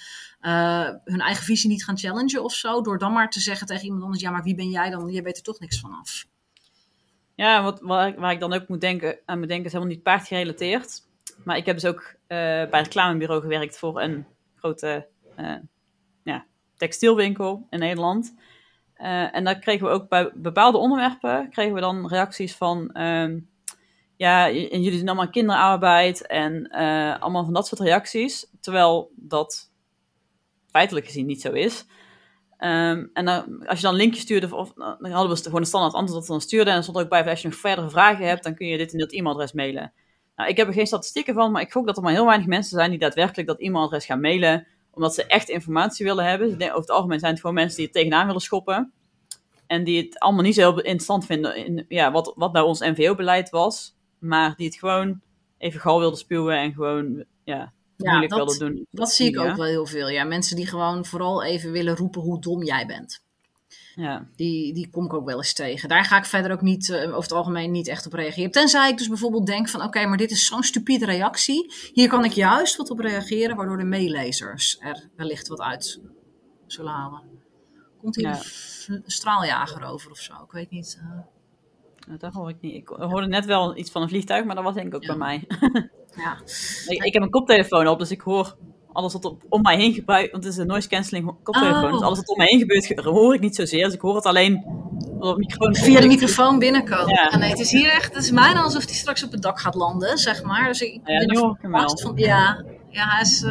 eigen visie niet gaan challengen of zo. Door dan maar te zeggen tegen iemand anders, ja, maar wie ben jij dan? Je weet er toch niks vanaf. Ja, waar ik dan ook moet denken is helemaal niet paardgerelateerd. Maar ik heb dus ook bij een reclamebureau gewerkt voor een grote textielwinkel in Nederland. En daar kregen we ook bij bepaalde onderwerpen dan reacties van... en jullie doen allemaal kinderarbeid en allemaal van dat soort reacties. Terwijl dat feitelijk gezien niet zo is. En dan, als je dan een linkje stuurde, dan hadden we gewoon een standaard antwoord dat we dan stuurden. En er stond ook bij, als je nog verdere vragen hebt, dan kun je dit en dat e-mailadres mailen. Nou, ik heb er geen statistieken van, maar ik gok dat er maar heel weinig mensen zijn die daadwerkelijk dat e-mailadres gaan mailen, omdat ze echt informatie willen hebben. Over het algemeen zijn het gewoon mensen die het tegenaan willen schoppen. En die het allemaal niet zo heel interessant vinden in wat nou ons NVO-beleid was. Maar die het gewoon even gal wilden spuwen en gewoon moeilijk wilden doen. Dat zie ik ook wel heel veel. Ja, mensen die gewoon vooral even willen roepen hoe dom jij bent. Ja. Die kom ik ook wel eens tegen. Daar ga ik verder ook niet, over het algemeen niet echt op reageren. Tenzij ik dus bijvoorbeeld denk van, oké, maar dit is zo'n stupide reactie. Hier kan ik juist wat op reageren, waardoor de meelezers er wellicht wat uit zullen halen. Komt hier een straaljager over of zo? Ik weet niet. Dat hoor ik niet. Ik hoorde net wel iets van een vliegtuig, maar dat was denk ik ook bij mij. Ja. Ik heb een koptelefoon op, dus ik hoor alles wat om mij heen gebruikt. Want het is een noise cancelling koptelefoon. Dus alles wat om mij heen gebeurt, hoor ik niet zozeer. Dus ik hoor het alleen op microfoon. Via de microfoon binnenkomen. Ja. Nee, het is hier echt, het is bijna alsof hij straks op het dak gaat landen, zeg maar. Dus ik ben hoor ik hem wel. Hij is...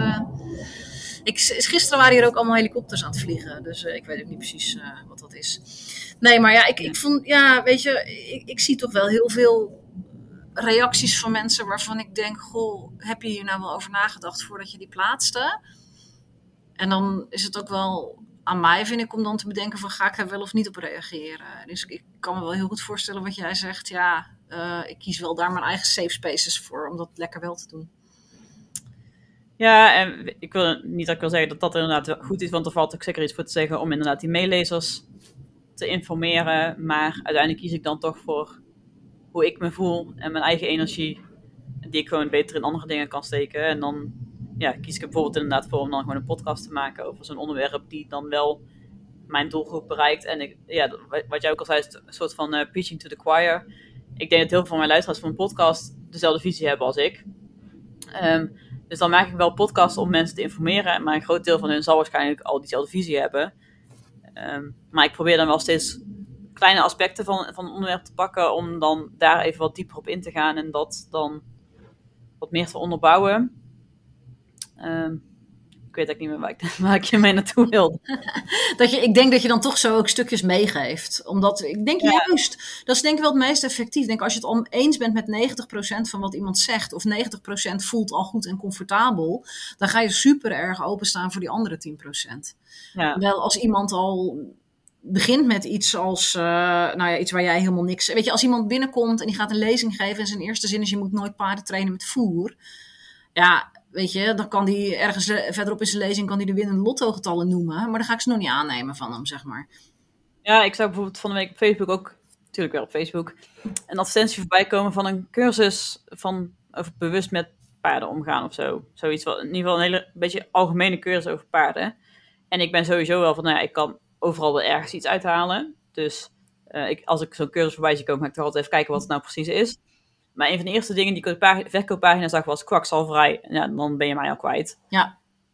Gisteren waren hier ook allemaal helikopters aan het vliegen. Dus ik weet ook niet precies wat dat is. Nee, maar ik vond... Ja, weet je, ik zie toch wel heel veel reacties van mensen waarvan ik denk... Goh, heb je hier nou wel over nagedacht voordat je die plaatste? En dan is het ook wel aan mij, vind ik, om dan te bedenken van... Ga ik daar wel of niet op reageren? Dus ik kan me wel heel goed voorstellen wat jij zegt. Ja, ik kies wel daar mijn eigen safe spaces voor om dat lekker wel te doen. Ja, en ik wil niet dat ik wil zeggen dat dat inderdaad goed is, want er valt ook zeker iets voor te zeggen om inderdaad die meelezers te informeren. Maar uiteindelijk kies ik dan toch voor hoe ik me voel en mijn eigen energie, die ik gewoon beter in andere dingen kan steken. En dan kies ik er bijvoorbeeld inderdaad voor om dan gewoon een podcast te maken over zo'n onderwerp die dan wel mijn doelgroep bereikt. En wat jij ook al zei, is een soort van preaching to the choir. Ik denk dat heel veel van mijn luisteraars van een podcast dezelfde visie hebben als ik. Dus dan maak ik wel podcasts om mensen te informeren. Maar een groot deel van hun zal waarschijnlijk al diezelfde visie hebben. Maar ik probeer dan wel steeds kleine aspecten van een onderwerp te pakken. Om dan daar even wat dieper op in te gaan. En dat dan wat meer te onderbouwen. Ik weet ook niet meer waar ik je mee naartoe wilde. Ik denk dat je dan toch zo ook stukjes meegeeft. Omdat ik denk juist, dat is denk ik wel het meest effectief. Ik denk als je het eens bent met 90% van wat iemand zegt, of 90% voelt al goed en comfortabel, dan ga je super erg openstaan voor die andere 10%. Ja. Wel als iemand al begint met iets als, iets waar jij helemaal niks... Weet je, als iemand binnenkomt en die gaat een lezing geven en zijn eerste zin is, je moet nooit paarden trainen met voer. Ja, weet je, dan kan die ergens verderop in zijn lezing kan die de winnende lottogetallen noemen. Maar dan ga ik ze nog niet aannemen van hem, zeg maar. Ja, ik zag bijvoorbeeld van de week op Facebook ook, natuurlijk weer op Facebook, een advertentie voorbij komen van een cursus over bewust met paarden omgaan of zo. Zoiets, in ieder geval een beetje algemene cursus over paarden. En ik ben sowieso wel van, ik kan overal wel ergens iets uithalen. Dus als ik zo'n cursus voorbij zie komen, ga ik toch altijd even kijken wat het nou precies is. Maar een van de eerste dingen die ik op de verkooppagina zag was kwakzalverij. Ja, dan ben je mij al kwijt. Ja.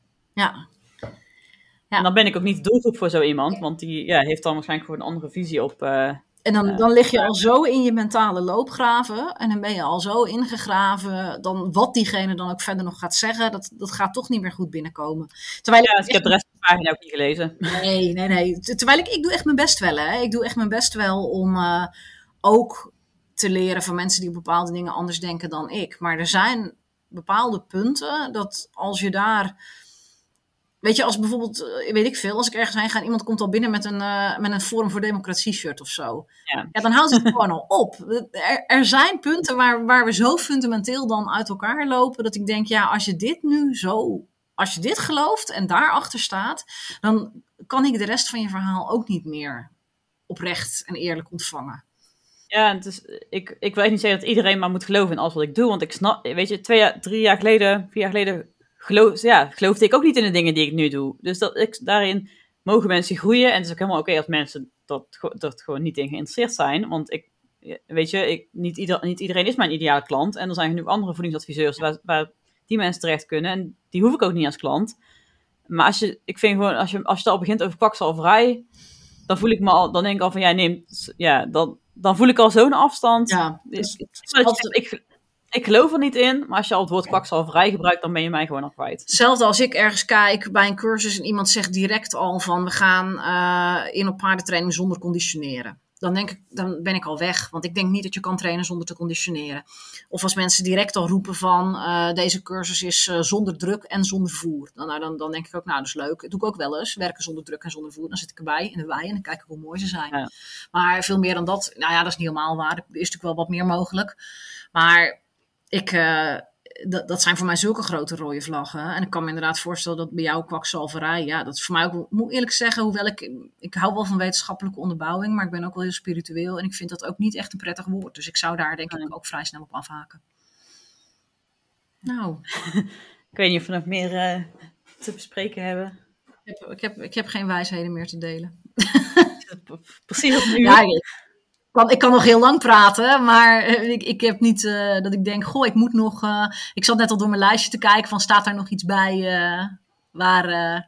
En dan ben ik ook niet de doelgroep voor zo iemand, want die heeft dan waarschijnlijk gewoon een andere visie op. En dan lig je al zo in je mentale loopgraven en dan ben je al zo ingegraven, dan wat diegene dan ook verder nog gaat zeggen, dat gaat toch niet meer goed binnenkomen. Terwijl ik heb de rest van de pagina ook niet gelezen. Nee. Terwijl ik doe echt mijn best wel. Hè. Ik doe echt mijn best wel om ook te leren van mensen die op bepaalde dingen anders denken dan ik. Maar er zijn bepaalde punten dat als je daar... Weet je, als bijvoorbeeld, weet ik veel, als ik ergens heen ga en iemand komt al binnen met een Forum voor Democratie shirt of zo. Ja, dan houdt het gewoon al op. Er zijn punten waar we zo fundamenteel dan uit elkaar lopen, dat ik denk, ja, als je dit gelooft en daarachter staat, dan kan ik de rest van je verhaal ook niet meer oprecht en eerlijk ontvangen. Ja, dus ik weet niet zeggen dat iedereen maar moet geloven in alles wat ik doe, want ik snap, weet je, 4 jaar geleden geloofde ik ook niet in de dingen die ik nu doe. Dus daarin mogen mensen groeien. En het is ook helemaal oké als mensen dat gewoon niet in geïnteresseerd zijn. Want niet iedereen is mijn ideale klant. En er zijn genoeg andere voedingsadviseurs waar die mensen terecht kunnen. En die hoef ik ook niet als klant. Maar ik vind gewoon, als je het al begint over kwakzalverij, dan voel ik me al, dan denk ik al van, dan voel ik al zo'n afstand. Ja, Ik geloof er niet in, maar als je al het woord kwakzalverij gebruikt, dan ben je mij gewoon al kwijt. Hetzelfde als ik ergens kijk bij een cursus en iemand zegt direct al van we gaan in op paardentraining zonder conditioneren. Dan ben ik al weg, want ik denk niet dat je kan trainen zonder te conditioneren. Of als mensen direct al roepen van deze cursus is zonder druk en zonder voer. Dan denk ik ook, nou dat is leuk. Dat doe ik ook wel eens, werken zonder druk en zonder voer. Dan zit ik erbij in de wei en dan kijk ik hoe mooi ze zijn. Ja. Maar veel meer dan dat, nou ja, dat is niet helemaal waar. Er is natuurlijk wel wat meer mogelijk. Maar dat zijn voor mij zulke grote rode vlaggen. En ik kan me inderdaad voorstellen dat bij jou kwakzalverij, ja, dat is voor mij ook, moet eerlijk zeggen, hoewel ik hou wel van wetenschappelijke onderbouwing, maar ik ben ook wel heel spiritueel en ik vind dat ook niet echt een prettig woord. Dus ik zou daar denk ik ook vrij snel op afhaken. Nou. Ik weet niet of we nog meer te bespreken hebben. Ik heb geen wijsheden meer te delen. Precies op nu. Ja, ik kan nog heel lang praten, maar ik heb niet dat ik denk, goh, ik moet nog... ik zat net al door mijn lijstje te kijken van, staat daar nog iets bij waar...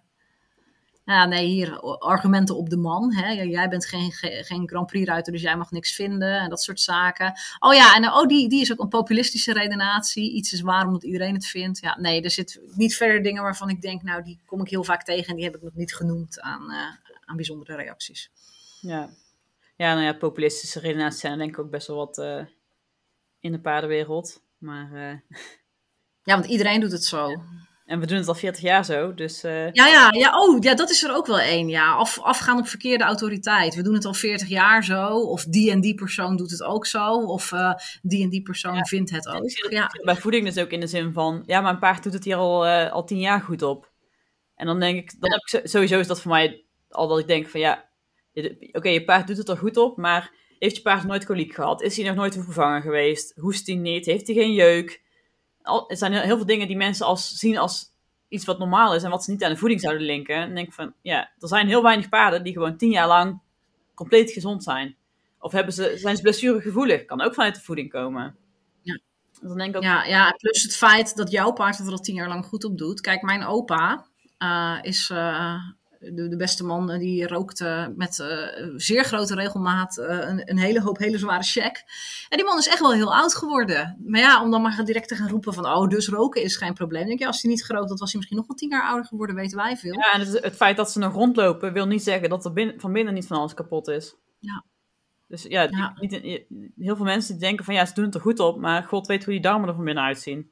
hier, argumenten op de man. Hè? Jij bent geen Grand Prix-ruiter, dus jij mag niks vinden en dat soort zaken. Oh ja, en die is ook een populistische redenatie. Iets is waar omdat iedereen het vindt. Ja, nee, er zit niet verder dingen waarvan ik denk, nou, die kom ik heel vaak tegen en die heb ik nog niet genoemd aan bijzondere reacties. Ja. Ja, nou ja, populistische redenaties zijn denk ik ook best wel wat in de paardenwereld. Maar, ja, want iedereen doet het zo. En we doen het al 40 jaar zo, dus... Ja, dat is er ook wel één. Ja, afgaan op verkeerde autoriteit. We doen het al 40 jaar zo. Of die en die persoon doet het ook zo. Of die en die persoon vindt het ook. Ja. Bij voeding dus ook in de zin van... Ja, mijn paard doet het hier al 10 jaar goed op. En dan denk ik... Sowieso is dat voor mij al dat ik denk van ja... Oké, je paard doet het er goed op, maar heeft je paard nooit koliek gehad? Is hij nog nooit vervangen geweest? Hoest hij niet? Heeft hij geen jeuk? Er zijn heel veel dingen die mensen zien als iets wat normaal is en wat ze niet aan de voeding zouden linken. En dan denk ik van, ja, er zijn heel weinig paarden die gewoon 10 jaar lang compleet gezond zijn. Of zijn ze blessuregevoelig? Kan ook vanuit de voeding komen. Ja. Dus dan denk ik ook... Ja, plus het feit dat jouw paard het er al 10 jaar lang goed op doet. Kijk, mijn opa is... De beste man die rookte met zeer grote regelmaat een hele hoop hele zware check. En die man is echt wel heel oud geworden. Maar ja, om dan maar direct te gaan roepen van dus roken is geen probleem. Dan denk je, als hij niet gerookt had, was hij misschien nog wel 10 jaar ouder geworden, weten wij veel. Ja, en het feit dat ze nog rondlopen wil niet zeggen dat er van binnen niet van alles kapot is. Ja. Dus heel veel mensen die denken van ja, ze doen het er goed op, maar God weet hoe die darmen er van binnen uitzien.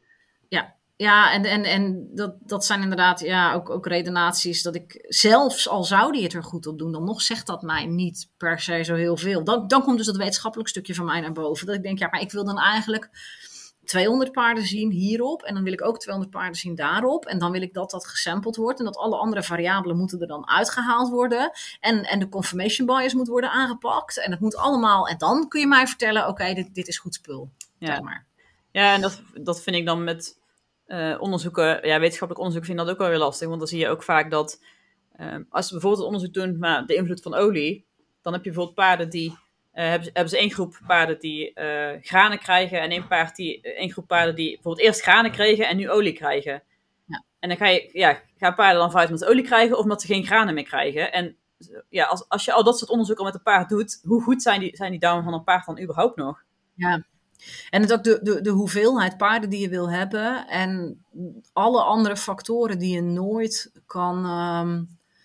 Ja, en dat zijn inderdaad ook redenaties dat ik, zelfs al zou die het er goed op doen, dan nog zegt dat mij niet per se zo heel veel. Dan komt dus dat wetenschappelijk stukje van mij naar boven. Dat ik denk, ja, maar ik wil dan eigenlijk 200 paarden zien hierop en dan wil ik ook 200 paarden zien daarop. En dan wil ik dat gesampled wordt en dat alle andere variabelen moeten er dan uitgehaald worden. En de confirmation bias moet worden aangepakt. En het moet allemaal, en dan kun je mij vertellen, oké, dit is goed spul. Ja, zeg maar. Ja, en dat vind ik dan met... onderzoeken, wetenschappelijk onderzoek vind ik dat ook wel weer lastig, want dan zie je ook vaak dat als ze bijvoorbeeld onderzoek doen naar de invloed van olie, dan heb je bijvoorbeeld paarden die hebben ze één groep paarden die granen krijgen en één groep paarden die bijvoorbeeld eerst granen kregen en nu olie krijgen. Ja. En dan gaan paarden dan vanuit omdat ze olie krijgen of omdat ze geen granen meer krijgen. En als je al dat soort onderzoek al met een paard doet, hoe goed zijn die darmen van een paard dan überhaupt nog? Ja. En het ook de hoeveelheid paarden die je wil hebben en alle andere factoren die je nooit kan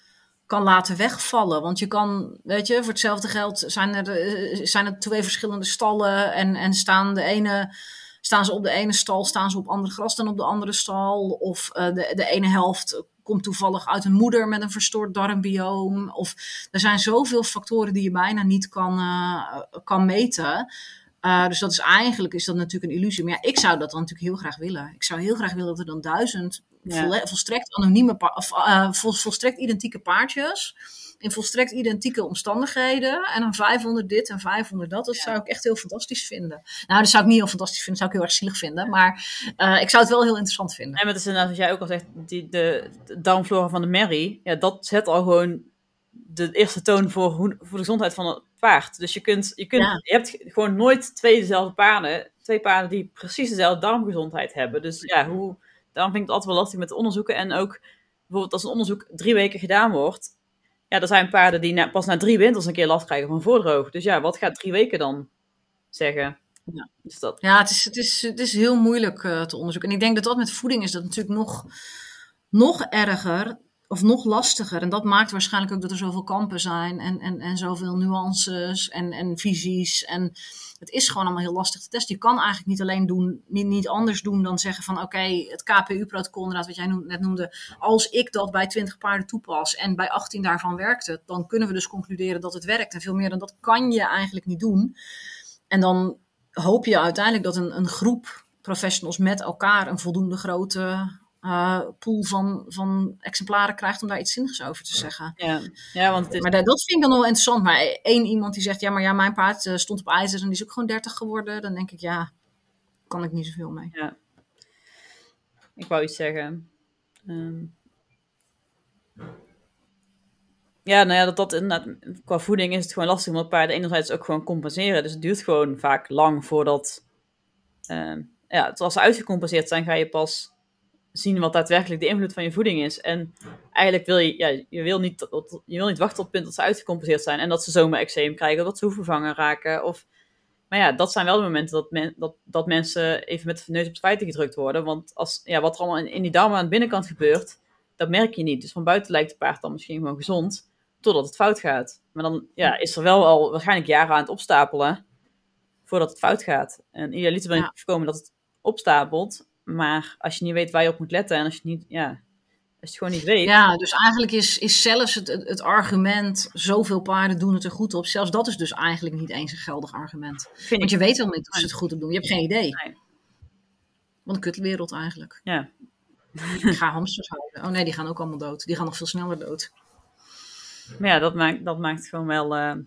laten wegvallen. Want je kan, weet je, voor hetzelfde geld zijn er 2 verschillende stallen en staan ze op de ene stal, staan ze op ander gras dan op de andere stal. Of de ene helft komt toevallig uit een moeder met een verstoord darmbioom. Of er zijn zoveel factoren die je bijna niet kan meten. Dus dat is natuurlijk een illusie. Maar ja, ik zou dat dan natuurlijk heel graag willen. Ik zou heel graag willen dat er dan 1000 volstrekt anonieme, volstrekt identieke paardjes in volstrekt identieke omstandigheden en dan 500 dit en 500 dat. Dat zou ik echt heel fantastisch vinden. Nou, dat zou ik niet heel fantastisch vinden. Dat zou ik heel erg zielig vinden. Maar ik zou het wel heel interessant vinden. En met is inderdaad, wat jij ook al zegt, de darmflora van de merrie, ja, dat zet al gewoon de eerste toon voor de gezondheid van het paard. Dus je hebt gewoon nooit twee paarden die precies dezelfde darmgezondheid hebben. Dus daarom vind ik het altijd wel lastig met onderzoeken. En ook bijvoorbeeld als een onderzoek 3 weken gedaan wordt, ja, er zijn paarden die pas na 3 winters een keer last krijgen van voordroog. Dus ja, wat gaat 3 weken dan zeggen? Ja, dus dat... het is heel moeilijk te onderzoeken. En ik denk dat met voeding is dat natuurlijk nog erger of nog lastiger. En dat maakt waarschijnlijk ook dat er zoveel kampen zijn en zoveel nuances en visies. En het is gewoon allemaal heel lastig te testen. Je kan eigenlijk niet alleen niet anders doen dan zeggen van oké, het KPU-protocol inderdaad wat jij net noemde. Als ik dat bij 20 paarden toepas en bij 18 daarvan werkt het, dan kunnen we dus concluderen dat het werkt. En veel meer dan dat kan je eigenlijk niet doen. En dan hoop je uiteindelijk dat een groep professionals met elkaar een voldoende grote pool van exemplaren krijgt om daar iets zinnigs over te zeggen. Ja, want het is... Maar dat vind ik dan wel interessant. Maar één iemand die zegt, mijn paard stond op ijzer en die is ook gewoon 30 geworden. Dan denk ik, kan ik niet zoveel mee. Ja. Ik wou iets zeggen. Dat inderdaad, qua voeding is het gewoon lastig, omdat paarden enerzijds ook gewoon compenseren. Dus het duurt gewoon vaak lang voordat, als ze uitgecompenseerd zijn, ga je pas zien wat daadwerkelijk de invloed van je voeding is. En eigenlijk je wil niet wachten tot het punt dat ze uitgecompenseerd zijn en dat ze zomerexeem krijgen, of dat ze hoefvervangen raken. Maar ja, dat zijn wel de momenten dat mensen even met de neus op het feiten gedrukt worden. Want wat er allemaal in die darmen aan de binnenkant gebeurt, dat merk je niet. Dus van buiten lijkt het paard dan misschien gewoon gezond, totdat het fout gaat. Maar dan is er wel al waarschijnlijk jaren aan het opstapelen voordat het fout gaat. En idealiter wil je voorkomen dat het opstapelt. Maar als je niet weet waar je op moet letten en als je het gewoon niet weet. Ja, dus eigenlijk is zelfs het argument zoveel paarden doen het er goed op. Zelfs dat is dus eigenlijk niet eens een geldig argument. Want je weet wel niet of ze het goed op doen. Je hebt geen idee. Nee. Wat een kutwereld eigenlijk. Ja. Ik ga hamsters houden. Oh nee, die gaan ook allemaal dood. Die gaan nog veel sneller dood. Maar ja, dat maakt het gewoon wel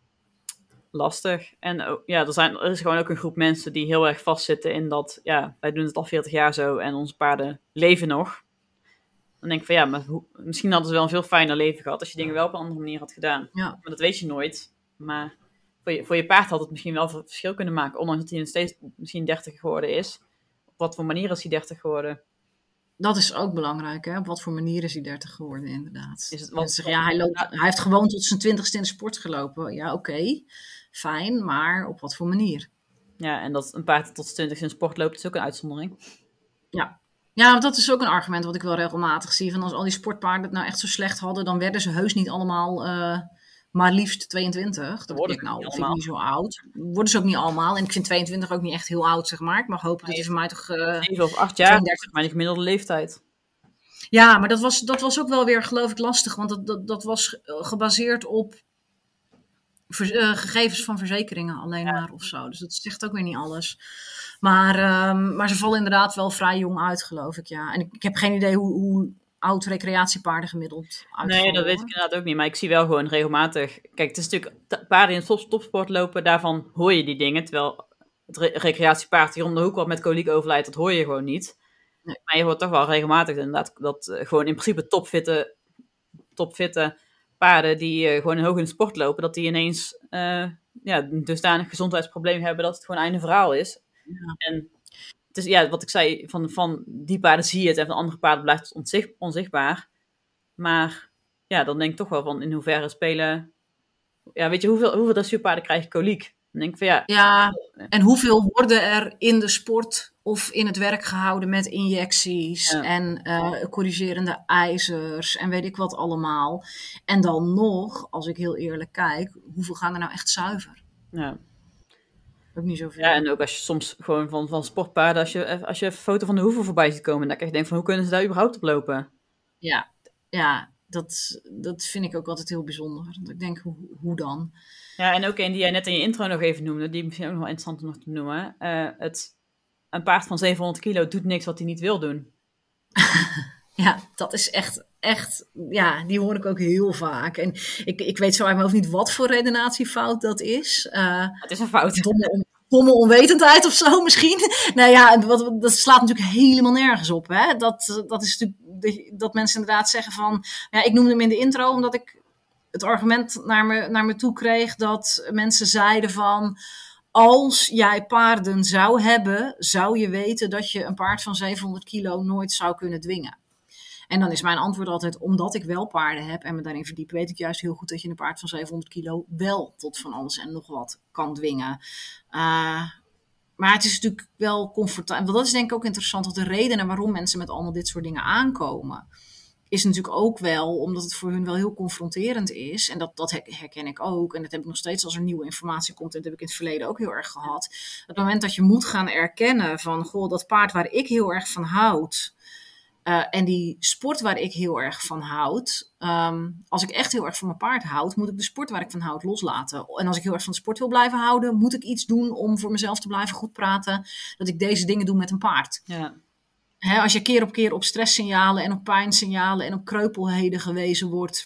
lastig. En er is gewoon ook een groep mensen die heel erg vastzitten in dat, wij doen het al 40 jaar zo en onze paarden leven nog. Dan denk ik van maar misschien hadden ze wel een veel fijner leven gehad als je dingen wel op een andere manier had gedaan. Ja. Maar dat weet je nooit. Maar voor je paard had het misschien wel verschil kunnen maken, ondanks dat hij nog steeds misschien 30 geworden is. Op wat voor manier is hij 30 geworden? Dat is ook belangrijk, hè? Op wat voor manier is hij 30 geworden, inderdaad. Hij heeft gewoon tot zijn 20ste in de sport gelopen. Ja, oké. Fijn, maar op wat voor manier? Ja, en dat een paard tot zijn 20ste in de sport loopt, is ook een uitzondering. Ja, dat is ook een argument wat ik wel regelmatig zie. Van als al die sportpaarden het nou echt zo slecht hadden, dan werden ze heus niet allemaal maar liefst 22. Dat vind ik niet zo oud. Worden ze ook niet allemaal. En ik vind 22 ook niet echt heel oud, zeg maar. Ik mag hopen dat hij voor mij toch... 7 of 8 jaar, 32, maar de gemiddelde leeftijd. Ja, maar dat was ook wel weer, geloof ik, lastig. Want dat was gebaseerd op gegevens van verzekeringen alleen maar of zo. Dus dat zegt ook weer niet alles. Maar ze vallen inderdaad wel vrij jong uit, geloof ik, ja. En ik heb geen idee hoe oud recreatiepaarden gemiddeld uitvallen. Nee, dat weet ik inderdaad ook niet. Maar ik zie wel gewoon regelmatig... Kijk, het is natuurlijk... Paarden in het topsport lopen, daarvan hoor je die dingen. Terwijl het recreatiepaard hier om de hoek wat met koliek overlijdt, dat hoor je gewoon niet. Nee. Maar je hoort toch wel regelmatig inderdaad dat gewoon in principe topfitte paarden die gewoon hoog in de sport lopen, dat die ineens een dusdanig gezondheidsprobleem hebben dat het gewoon einde verhaal is. Ja. En het is, wat ik zei, van die paarden zie je het en van andere paarden blijft het onzichtbaar. Maar ja, dan denk ik toch wel van in hoeverre spelen... Ja, weet je, hoeveel dressuurpaarden krijgen koliek? Dan denk ik van en hoeveel worden er in de sport of in het werk gehouden met injecties en corrigerende ijzers en weet ik wat allemaal. En dan nog, als ik heel eerlijk kijk, hoeveel gaan er nou echt zuiver? Ja. Ook niet zoveel. Ja, en ook als je soms gewoon van sportpaarden, als je een foto van de hoeven voorbij ziet komen, dan krijg je denk van, hoe kunnen ze daar überhaupt op lopen? Ja, dat vind ik ook altijd heel bijzonder. Want ik denk, hoe dan? Ja, en ook een die jij net in je intro nog even noemde, die misschien ook nog wel interessant om nog te noemen. Een paard van 700 kilo doet niks wat hij niet wil doen. Ja, dat is echt, ja, die hoor ik ook heel vaak. En ik weet zo uit mijn hoofd niet wat voor redenatiefout dat is. Het is een fout. Domme onwetendheid of zo misschien. Nou ja, dat slaat natuurlijk helemaal nergens op. Hè? Dat is natuurlijk dat mensen inderdaad zeggen van... Ja, ik noemde hem in de intro omdat ik het argument naar me toe kreeg... dat mensen zeiden van... Als jij paarden zou hebben, zou je weten dat je een paard van 700 kilo nooit zou kunnen dwingen. En dan is mijn antwoord altijd, omdat ik wel paarden heb en me daarin verdiep, weet ik juist heel goed dat je een paard van 700 kilo wel tot van alles en nog wat kan dwingen. Maar het is natuurlijk wel comfortabel. Want dat is denk ik ook interessant, dat de redenen waarom mensen met allemaal dit soort dingen aankomen, is natuurlijk ook wel omdat het voor hun wel heel confronterend is. En dat herken ik ook. En dat heb ik nog steeds als er nieuwe informatie komt. En dat heb ik in het verleden ook heel erg gehad. Het moment dat je moet gaan erkennen van, goh, dat paard waar ik heel erg van houd... en die sport waar ik heel erg van houd... als ik echt heel erg van mijn paard houd... moet ik de sport waar ik van houd loslaten. En als ik heel erg van de sport wil blijven houden... moet ik iets doen om voor mezelf te blijven goed praten... dat ik deze dingen doe met een paard. Ja. Als je keer op keer op stresssignalen... en op pijnsignalen en op kreupelheden gewezen wordt...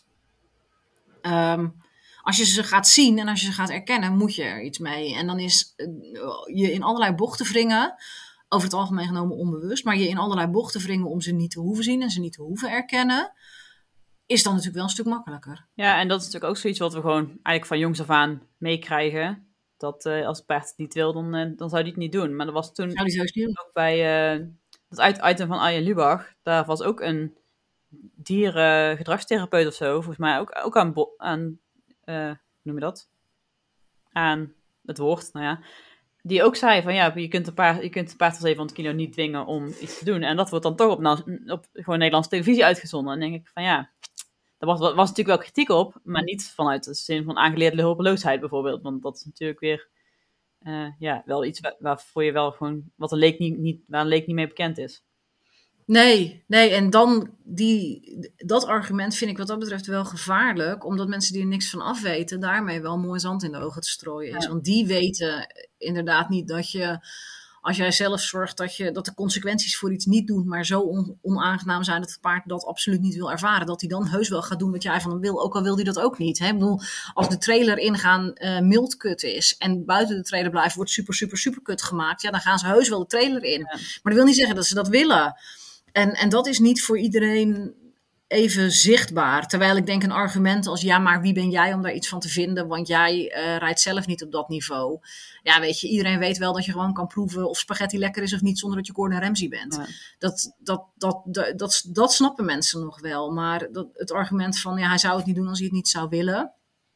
als je ze gaat zien en als je ze gaat erkennen... moet je er iets mee. En dan is je in allerlei bochten wringen... over het algemeen genomen onbewust, maar je in allerlei bochten wringen om ze niet te hoeven zien en ze niet te hoeven erkennen, is dan natuurlijk wel een stuk makkelijker. Ja, en dat is natuurlijk ook zoiets wat we gewoon eigenlijk van jongs af aan meekrijgen. Dat als het paard het niet wil, dan zou hij het niet doen. Maar dat was toen ook bij dat item van Arjen Lubach. Daar was ook een dierengedragstherapeut of zo, volgens mij ook aan hoe noem je dat? Aan het woord, nou ja. Die ook zei van ja, je kunt een paard van 700 kilo niet dwingen om iets te doen. En dat wordt dan toch op gewoon Nederlandse televisie uitgezonden. En dan denk ik van ja, daar was natuurlijk wel kritiek op. Maar niet vanuit de zin van aangeleerde hulpeloosheid bijvoorbeeld. Want dat is natuurlijk weer wel iets waarvoor je wel gewoon, waar een leek niet mee bekend is. Nee, en dan dat argument vind ik wat dat betreft wel gevaarlijk, omdat mensen die er niks van afweten, daarmee wel mooi zand in de ogen te strooien is. Ja. Want die weten inderdaad niet dat je, als jij zelf zorgt dat de consequenties voor iets niet doen, maar zo onaangenaam zijn dat het paard dat absoluut niet wil ervaren, dat hij dan heus wel gaat doen wat jij van hem wil, ook al wil hij dat ook niet. Hè? Ik bedoel, als de trailer ingaan mild kut is en buiten de trailer blijven wordt super, super, super kut gemaakt, ja, dan gaan ze heus wel de trailer in. Ja. Maar dat wil niet zeggen dat ze dat willen. En dat is niet voor iedereen even zichtbaar. Terwijl ik denk een argument als, ja, maar wie ben jij om daar iets van te vinden? Want jij rijdt zelf niet op dat niveau. Ja, weet je, iedereen weet wel dat je gewoon kan proeven of spaghetti lekker is of niet zonder dat je Gordon Ramsay bent. Ja. Dat snappen mensen nog wel. Maar het argument van, ja, hij zou het niet doen als hij het niet zou willen.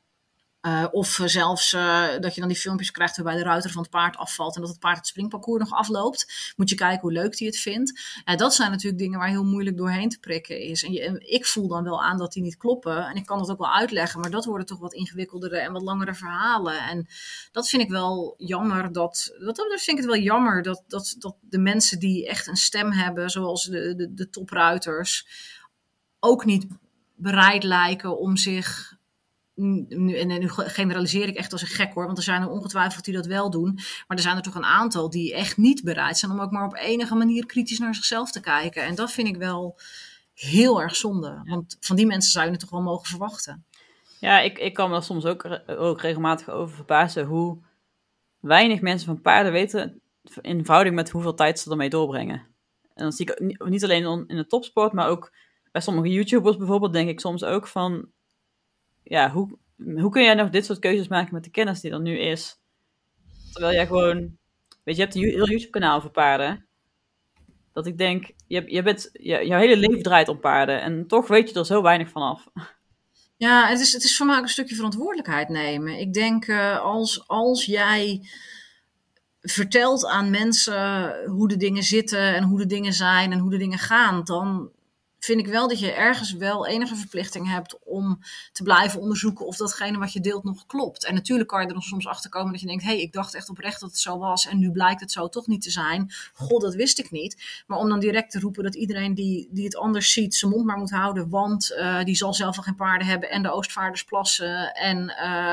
Of zelfs dat je dan die filmpjes krijgt waarbij de ruiter van het paard afvalt en dat het paard het springparcours nog afloopt. Moet je kijken hoe leuk hij het vindt. Dat zijn natuurlijk dingen waar heel moeilijk doorheen te prikken is. En ik voel dan wel aan dat die niet kloppen. En ik kan dat ook wel uitleggen, maar dat worden toch wat ingewikkeldere en wat langere verhalen. En dat vind ik wel jammer. Wat dat betreft vind ik het wel jammer dat de mensen die echt een stem hebben, zoals de topruiters, ook niet bereid lijken om zich... Nu generaliseer ik echt als een gek hoor, want er zijn er ongetwijfeld die dat wel doen. Maar er zijn er toch een aantal die echt niet bereid zijn om ook maar op enige manier kritisch naar zichzelf te kijken. En dat vind ik wel heel erg zonde. Want van die mensen zou je het toch wel mogen verwachten. Ja, ik kan me er soms ook regelmatig over verbazen hoe weinig mensen van paarden weten in verhouding met hoeveel tijd ze ermee doorbrengen. En dan zie ik niet alleen in de topsport, maar ook bij sommige YouTubers bijvoorbeeld denk ik soms ook van... ja, hoe kun jij nog dit soort keuzes maken met de kennis die er nu is? Terwijl jij gewoon, weet je hebt een heel YouTube-kanaal over paarden. Dat ik denk, jouw hele leven draait om paarden. En toch weet je er zo weinig van af. Ja, het is voor mij ook een stukje verantwoordelijkheid nemen. Ik denk, als jij vertelt aan mensen hoe de dingen zitten en hoe de dingen zijn en hoe de dingen gaan, dan vind ik wel dat je ergens wel enige verplichting hebt om te blijven onderzoeken of datgene wat je deelt nog klopt. En natuurlijk kan je er nog soms achter komen dat je denkt, ik dacht echt oprecht dat het zo was en nu blijkt het zo toch niet te zijn. God, dat wist ik niet. Maar om dan direct te roepen dat iedereen die het anders ziet zijn mond maar moet houden, want die zal zelf al geen paarden hebben en de Oostvaarders plassen en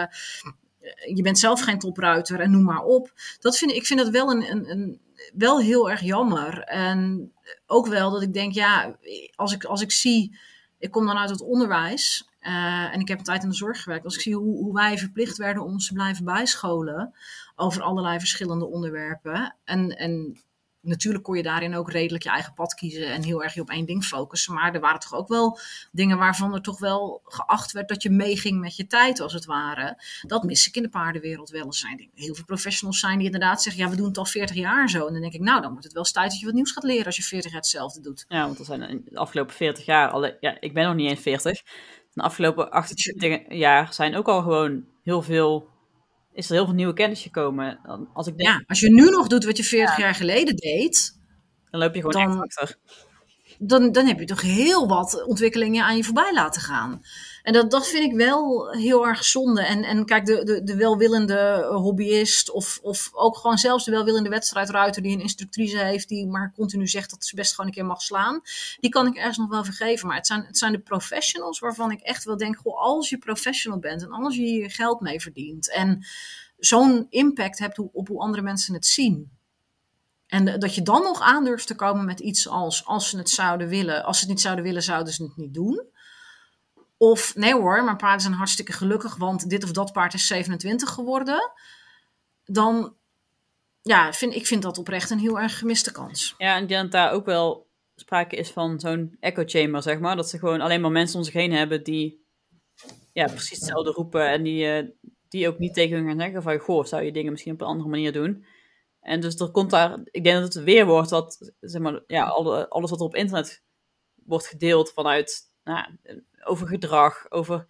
je bent zelf geen topruiter en noem maar op. Ik vind dat wel wel heel erg jammer. En ook wel dat ik denk, als ik zie, ik kom dan uit het onderwijs en ik heb een tijd in de zorg gewerkt. Als ik zie hoe wij verplicht werden om ons te blijven bijscholen over allerlei verschillende onderwerpen. En natuurlijk kon je daarin ook redelijk je eigen pad kiezen en heel erg je op één ding focussen. Maar er waren toch ook wel dingen waarvan er toch wel geacht werd dat je meeging met je tijd, als het ware. Dat mis ik in de paardenwereld wel eens. Er heel veel professionals zijn die inderdaad zeggen, we doen het al 40 jaar zo. En dan denk ik, dan wordt het wel eens tijd dat je wat nieuws gaat leren als je 40 jaar hetzelfde doet. Ja, want er zijn de afgelopen 40 jaar, ik ben nog niet eens 40. De afgelopen 28 jaar zijn ook al gewoon is er heel veel nieuwe kennis gekomen. Als je nu nog doet wat je 40 jaar geleden deed, dan loop je gewoon echt achter. Dan heb je toch heel wat ontwikkelingen aan je voorbij laten gaan. En dat vind ik wel heel erg zonde. En kijk, de welwillende hobbyist of ook gewoon zelfs de welwillende wedstrijdruiter die een instructrice heeft die maar continu zegt dat ze best gewoon een keer mag slaan, die kan ik ergens nog wel vergeven. Maar het zijn de professionals waarvan ik echt wel denk, als je professional bent en als je hier geld mee verdient en zo'n impact hebt op hoe andere mensen het zien. En dat je dan nog aandurft te komen met iets als ze het zouden willen. Als ze het niet zouden willen, zouden ze het niet doen. Of nee hoor, mijn paarden zijn hartstikke gelukkig, want dit of dat paard is 27 geworden. Dan vind dat oprecht een heel erg gemiste kans. Ja, en dat daar ook wel sprake is van zo'n echo chamber, zeg maar. Dat ze gewoon alleen maar mensen om zich heen hebben die precies hetzelfde roepen. En die ook niet tegen hun gaan zeggen van, goh, zou je dingen misschien op een andere manier doen. En dus er komt daar, ik denk dat het weer wordt dat, zeg maar, alles wat er op internet wordt gedeeld vanuit, over gedrag, over,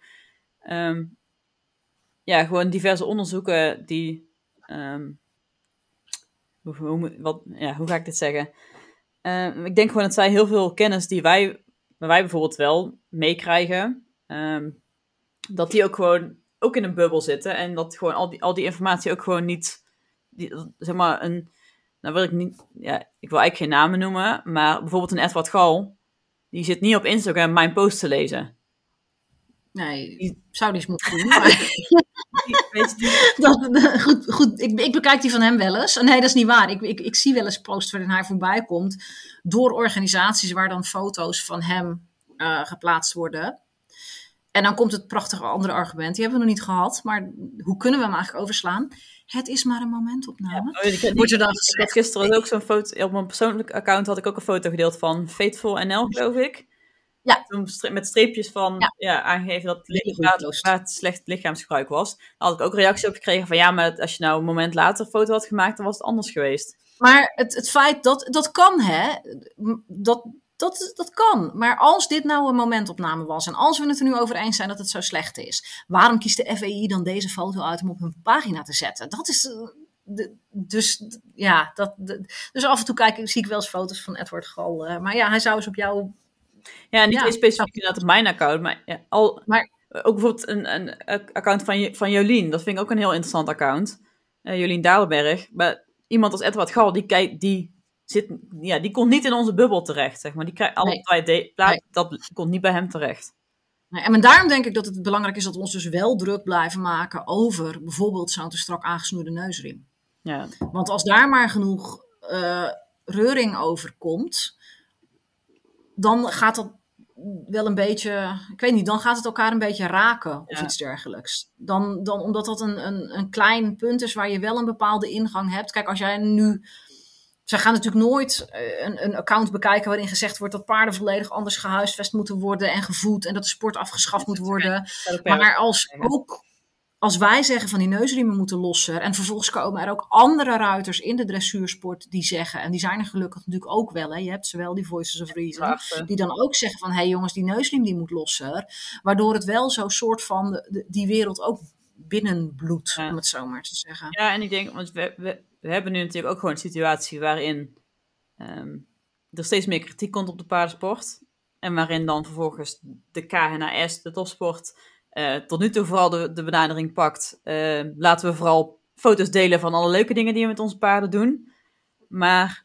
gewoon diverse onderzoeken die, hoe ga ik dit zeggen? Ik denk gewoon dat zij heel veel kennis die wij bijvoorbeeld wel meekrijgen, dat die ook gewoon ook in een bubbel zitten en dat gewoon al die informatie ook gewoon niet, zeg maar, ik wil eigenlijk geen namen noemen, maar bijvoorbeeld een Edward Gal, die zit niet op Instagram mijn post te lezen. Nee, zou die eens moeten doen. Maar goed, ik bekijk die van hem wel eens. Nee, dat is niet waar. Ik zie wel eens posts waarin hij voorbij komt door organisaties waar dan foto's van hem geplaatst worden. En dan komt het prachtige andere argument. Die hebben we nog niet gehad, maar hoe kunnen we hem eigenlijk overslaan? Het is maar een momentopname. Ja, ik had gisteren ook zo'n foto. Op mijn persoonlijke account had ik ook een foto gedeeld van Faithful NL, geloof ik. Ja. Met streepjes van aangegeven dat het slecht lichaamsgebruik was. Daar had ik ook reactie op gekregen van maar als je nou een moment later een foto had gemaakt, dan was het anders geweest. Maar het feit dat kan, hè, dat kan. Maar als dit nou een momentopname was en als we het er nu over eens zijn dat het zo slecht is, waarom kiest de FEI dan deze foto uit om op hun pagina te zetten? Dat is dus af en toe zie ik wel eens foto's van Edward Gal. Maar hij zou eens op jou. Ja, niet specifiek inderdaad op mijn account, maar ook bijvoorbeeld een account van Jolien. Dat vind ik ook een heel interessant account. Jolien Dalenberg. Maar iemand als Edward Gal, die komt niet in onze bubbel terecht, zeg maar. Die krijgt dat komt niet bij hem terecht. Nee, en daarom denk ik dat het belangrijk is dat we ons dus wel druk blijven maken over bijvoorbeeld zo'n te strak aangesnoerde neusring. Ja. Want als daar maar genoeg reuring over komt, dan gaat dat wel een beetje, ik weet niet, dan gaat het elkaar een beetje raken of iets dergelijks. Dan omdat dat een klein punt is waar je wel een bepaalde ingang hebt. Kijk, als jij nu Zij gaan natuurlijk nooit een account bekijken waarin gezegd wordt dat paarden volledig anders gehuisvest moeten worden en gevoed en dat de sport afgeschaft moet worden. Maar als wij zeggen van die neusriemen moeten losser en vervolgens komen er ook andere ruiters in de dressuursport die zeggen, en die zijn er gelukkig natuurlijk ook wel, hè, je hebt ze wel, die Voices of Reason, die dan ook zeggen van, hé jongens, die neusriem die moet losser, waardoor het wel zo'n soort van die wereld ook binnenbloedt, om het zo maar te zeggen. Ja, en ik denk, want we hebben nu natuurlijk ook gewoon een situatie waarin er steeds meer kritiek komt op de paardensport. En waarin dan vervolgens de KNAS, de topsport, tot nu toe vooral de benadering pakt. Laten we vooral foto's delen van alle leuke dingen die we met onze paarden doen. Maar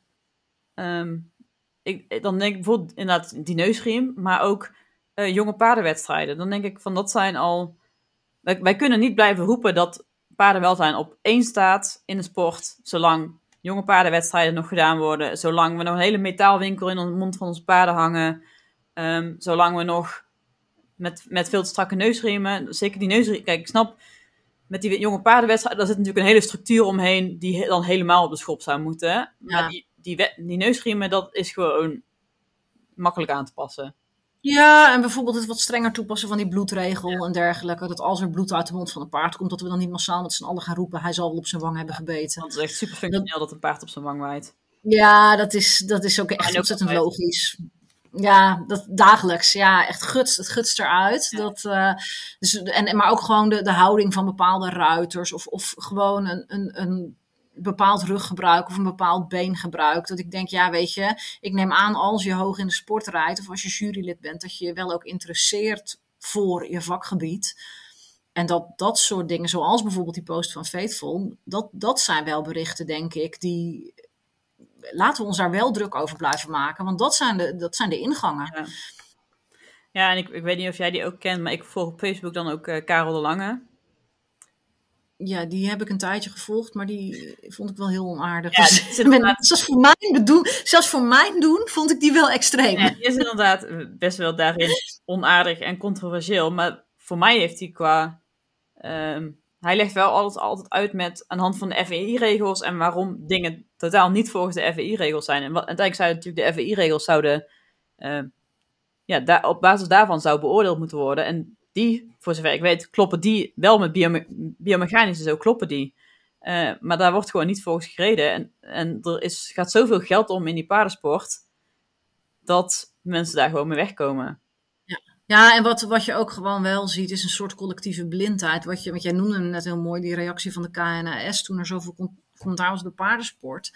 dan denk ik bijvoorbeeld inderdaad die neusriem, maar ook jonge paardenwedstrijden. Dan denk ik van dat zijn al... Wij kunnen niet blijven roepen dat paardenwelzijn op één staat in de sport, zolang jonge paardenwedstrijden nog gedaan worden, zolang we nog een hele metaalwinkel in de mond van onze paarden hangen, zolang we nog met veel te strakke neusriemen, zeker die neusriemen, kijk, ik snap, met die jonge paardenwedstrijden, daar zit natuurlijk een hele structuur omheen die dan helemaal op de schop zou moeten. Ja. Maar die neusriemen, dat is gewoon makkelijk aan te passen. Ja, en bijvoorbeeld het wat strenger toepassen van die bloedregel en dergelijke. Dat als er bloed uit de mond van een paard komt, dat we dan niet massaal met z'n allen gaan roepen, hij zal wel op zijn wang hebben gebeten. Dat is echt super functioneel dat een paard op zijn wang waait. Ja, dat is ook echt ontzettend logisch. Ja, dat dagelijks. Ja, echt gutst. Het gutst eruit. Ja. Maar ook gewoon de houding van bepaalde ruiters. Of gewoon een bepaald ruggebruik of een bepaald beengebruik. Dat ik denk, ja, weet je, ik neem aan als je hoog in de sport rijdt of als je jurylid bent, dat je je wel ook interesseert voor je vakgebied. En dat soort dingen, zoals bijvoorbeeld die post van Faithful, dat zijn wel berichten, denk ik, die... Laten we ons daar wel druk over blijven maken, want dat zijn de ingangen. Ja, ja, en ik weet niet of jij die ook kent, maar ik volg op Facebook dan ook Karel de Lange. Ja, die heb ik een tijdje gevolgd, maar die vond ik wel heel onaardig. Ja, zelfs voor mijn doen vond ik die wel extreem. Ja, die is inderdaad best wel daarin onaardig en controversieel, maar voor mij heeft hij qua... hij legt wel altijd uit met aan de hand van de FEI-regels en waarom dingen totaal niet volgens de FEI-regels zijn. En uiteindelijk zouden natuurlijk de FEI-regels zouden... op basis daarvan zou beoordeeld moeten worden. En die, voor zover ik weet, kloppen die wel met biomechanisch en zo kloppen die. Maar daar wordt gewoon niet volgens gereden. En gaat zoveel geld om in die paardensport dat mensen daar gewoon mee wegkomen. Ja, en wat je ook gewoon wel ziet, is een soort collectieve blindheid. Want jij noemde net heel mooi die reactie van de KNAS toen er zoveel commentaar was op de paardensport.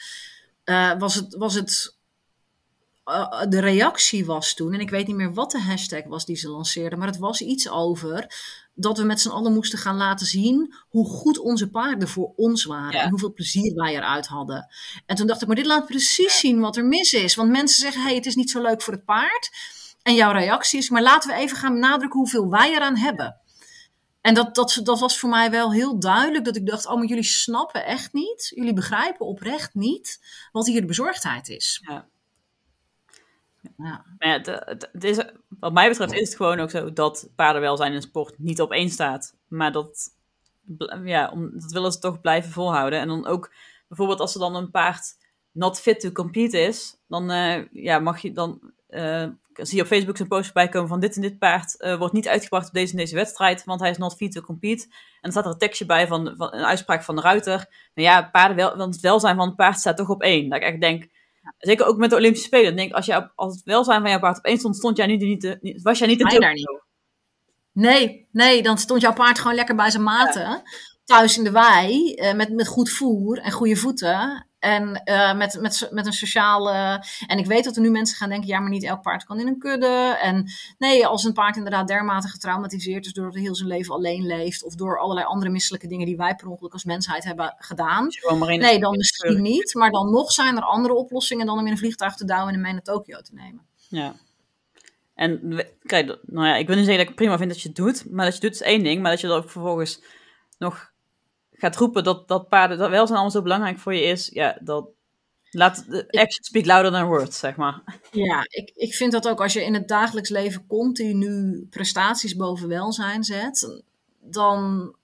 De reactie was toen, en ik weet niet meer wat de hashtag was die ze lanceerden, maar het was iets over dat we met z'n allen moesten gaan laten zien hoe goed onze paarden voor ons waren en hoeveel plezier wij eruit hadden. En toen dacht ik, maar dit laat precies zien wat er mis is. Want mensen zeggen, hey, het is niet zo leuk voor het paard. En jouw reactie is, maar laten we even gaan benadrukken hoeveel wij eraan hebben. En dat was voor mij wel heel duidelijk, dat ik dacht, maar jullie snappen echt niet, jullie begrijpen oprecht niet wat hier de bezorgdheid is. Ja. Ja. Maar het is, wat mij betreft is het gewoon ook zo dat paardenwelzijn in sport niet op één staat. Maar dat willen ze toch blijven volhouden. En dan ook bijvoorbeeld als er dan een paard not fit to compete is, dan mag je dan... zie je op Facebook zo'n post voorbij komen van dit en dit paard wordt niet uitgebracht op deze en deze wedstrijd, want hij is not fit to compete. En dan staat er een tekstje bij van een uitspraak van de ruiter. Nou ja, want het welzijn van het paard staat toch op één. Dat ik echt denk, zeker ook met de Olympische Spelen, denk als het welzijn van jouw paard op één stond, was jij niet in Tokio. Nee, dan stond jouw paard gewoon lekker bij zijn maten, thuis in de wei, met goed voer en goede voeten. En met een sociale... En ik weet dat er nu mensen gaan denken, ja, maar niet elk paard kan in een kudde. En nee, als een paard inderdaad dermate getraumatiseerd is doordat hij heel zijn leven alleen leeft, of door allerlei andere misselijke dingen die wij per ongeluk als mensheid hebben gedaan. Nee, dan misschien niet. Maar dan nog zijn er andere oplossingen dan om in een vliegtuig te douwen en hem mee naar Tokio te nemen. Ja. En kijk, ik wil niet zeggen dat ik het prima vind dat je het doet. Maar dat je het doet is één ding. Maar dat je dan ook vervolgens nog gaat roepen dat paarden dat welzijn allemaal zo belangrijk voor je is, ja, dat laat de action speak louder than words, zeg maar. Ja, ik vind dat ook als je in het dagelijks leven continu prestaties boven welzijn zet, dan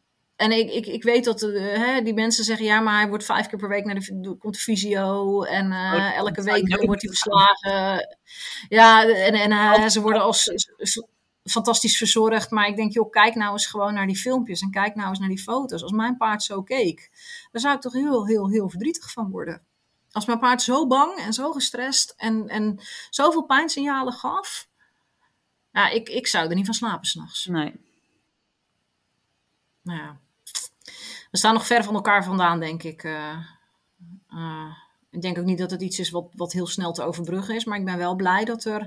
En ik weet dat die mensen zeggen, ja, maar hij wordt 5 keer per week komt de fysio. En elke week wordt hij beslagen. Ja, en ze worden als fantastisch verzorgd. Maar ik denk, joh, kijk nou eens gewoon naar die filmpjes. En kijk nou eens naar die foto's. Als mijn paard zo keek, daar zou ik toch heel, heel, heel verdrietig van worden. Als mijn paard zo bang en zo gestrest en zoveel pijnsignalen gaf. Ja, ik zou er niet van slapen 's nachts. Nee. Nou ja. We staan nog ver van elkaar vandaan, denk ik. Ik denk ook niet dat het iets is wat heel snel te overbruggen is. Maar ik ben wel blij dat er...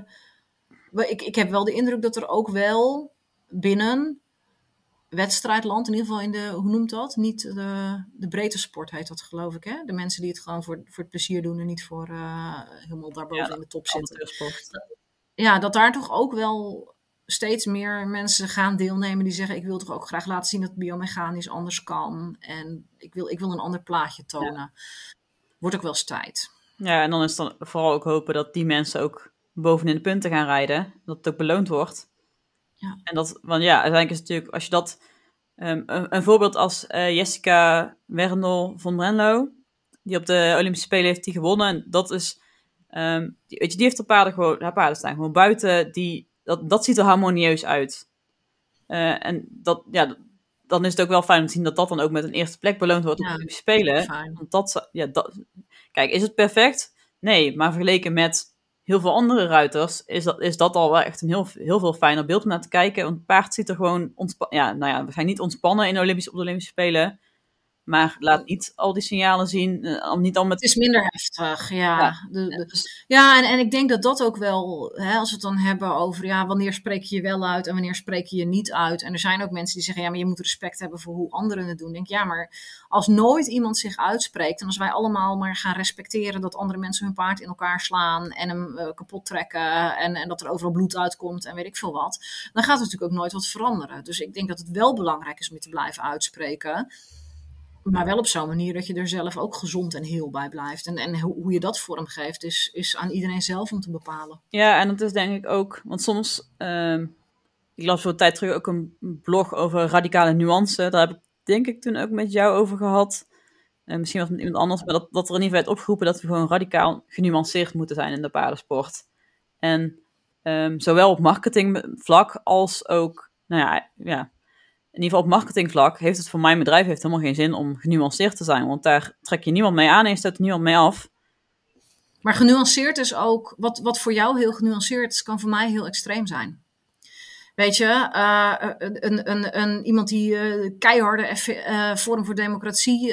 Ik heb wel de indruk dat er ook wel binnen wedstrijdland, in ieder geval in de... Hoe noemt dat? Niet de breedte sport heet dat, geloof ik. Hè? De mensen die het gewoon voor het plezier doen en niet voor helemaal daarboven in de top zitten. Ja, dat daar toch ook wel steeds meer mensen gaan deelnemen die zeggen, ik wil toch ook graag laten zien dat biomechanisch anders kan. En ik wil een ander plaatje tonen. Ja. Wordt ook wel eens tijd. Ja, en dan is het dan vooral ook hopen dat die mensen ook bovenin de punten gaan rijden. Dat het ook beloond wordt. Ja. En dat, want ja, uiteindelijk is het natuurlijk, als je dat... een voorbeeld als Jessica Wernol van Brenlo, die op de Olympische Spelen heeft die gewonnen. En dat is... die heeft haar paarden staan gewoon buiten. Dat ziet er harmonieus uit. En dat, ja, dan is het ook wel fijn om te zien dat dat dan ook met een eerste plek beloond wordt op de Olympische Spelen. Want kijk, is het perfect? Nee, maar vergeleken met heel veel andere ruiters is dat al wel echt een heel, heel veel fijner beeld om naar te kijken. Want het paard ziet er gewoon we zijn niet ontspannen op de Olympische Spelen. Maar laat niet al die signalen zien. Niet al met... Het is minder heftig, ja. Ja, en ik denk dat ook wel, hè, als we het dan hebben over, wanneer spreek je je wel uit en wanneer spreek je je niet uit. En er zijn ook mensen die zeggen, ja, maar je moet respect hebben voor hoe anderen het doen. Ik denk, ja, maar als nooit iemand zich uitspreekt en als wij allemaal maar gaan respecteren dat andere mensen hun paard in elkaar slaan en hem kapot trekken en dat er overal bloed uitkomt en weet ik veel wat, dan gaat er natuurlijk ook nooit wat veranderen. Dus ik denk dat het wel belangrijk is om je te blijven uitspreken. Maar wel op zo'n manier dat je er zelf ook gezond en heel bij blijft. En hoe je dat vormgeeft is aan iedereen zelf om te bepalen. Ja, en dat is denk ik ook... Want soms... ik las voor een tijd terug ook een blog over radicale nuance. Daar heb ik denk ik toen ook met jou over gehad. Misschien was het met iemand anders. Maar dat er in ieder geval werd opgeroepen dat we gewoon radicaal genuanceerd moeten zijn in de paardensport. En zowel op marketingvlak als ook... in ieder geval op marketingvlak heeft het voor mijn bedrijf helemaal geen zin om genuanceerd te zijn. Want daar trek je niemand mee aan en je stoot niemand mee af. Maar genuanceerd is ook, wat voor jou heel genuanceerd is, kan voor mij heel extreem zijn. Weet je, iemand die keiharde Forum voor Democratie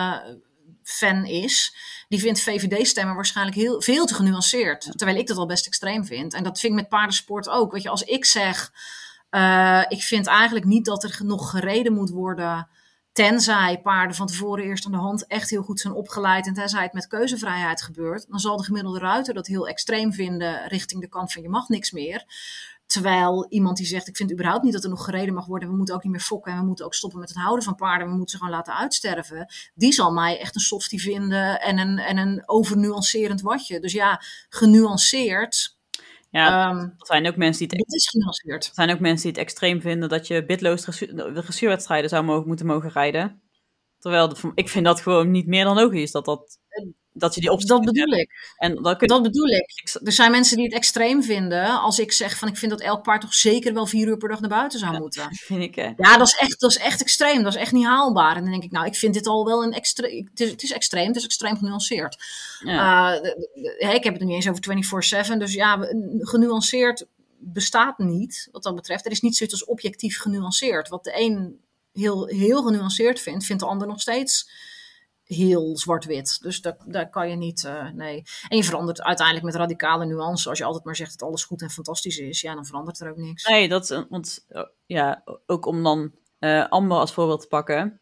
fan is, die vindt VVD-stemmen waarschijnlijk veel te genuanceerd. Terwijl ik dat al best extreem vind. En dat vind ik met paardensport ook. Weet je, als ik zeg... ik vind eigenlijk niet dat er nog gereden moet worden, tenzij paarden van tevoren eerst aan de hand echt heel goed zijn opgeleid en tenzij het met keuzevrijheid gebeurt, dan zal de gemiddelde ruiter dat heel extreem vinden richting de kant van je mag niks meer. Terwijl iemand die zegt, ik vind überhaupt niet dat er nog gereden mag worden, we moeten ook niet meer fokken en we moeten ook stoppen met het houden van paarden, we moeten ze gewoon laten uitsterven, die zal mij echt een softie vinden en een overnuancerend watje. Dus ja, genuanceerd... Ja, er zijn ook mensen die het extreem vinden dat je bitloos dressuurwedstrijden zou moeten rijden. Terwijl ik vind dat gewoon niet meer dan logisch dat je die optie hebt. Dat bedoel ik. En dat bedoel ik. Er zijn mensen die het extreem vinden als ik zeg van ik vind dat elk paard toch zeker wel 4 uur per dag naar buiten zou moeten. Vind ik, Ja, dat is echt extreem. Dat is echt niet haalbaar. En dan denk ik, nou, ik vind dit al wel een extreem. Het is extreem, het is extreem genuanceerd. Ja. Ik heb het er niet eens over 24/7. Dus ja, genuanceerd bestaat niet, wat dat betreft. Er is niet zoiets als objectief genuanceerd. Wat de een heel, heel genuanceerd vindt de ander nog steeds heel zwart-wit. Dus daar kan je niet, nee. En je verandert uiteindelijk met radicale nuance. Als je altijd maar zegt dat alles goed en fantastisch is, ja, dan verandert er ook niks. Nee, want ook om dan Amber als voorbeeld te pakken,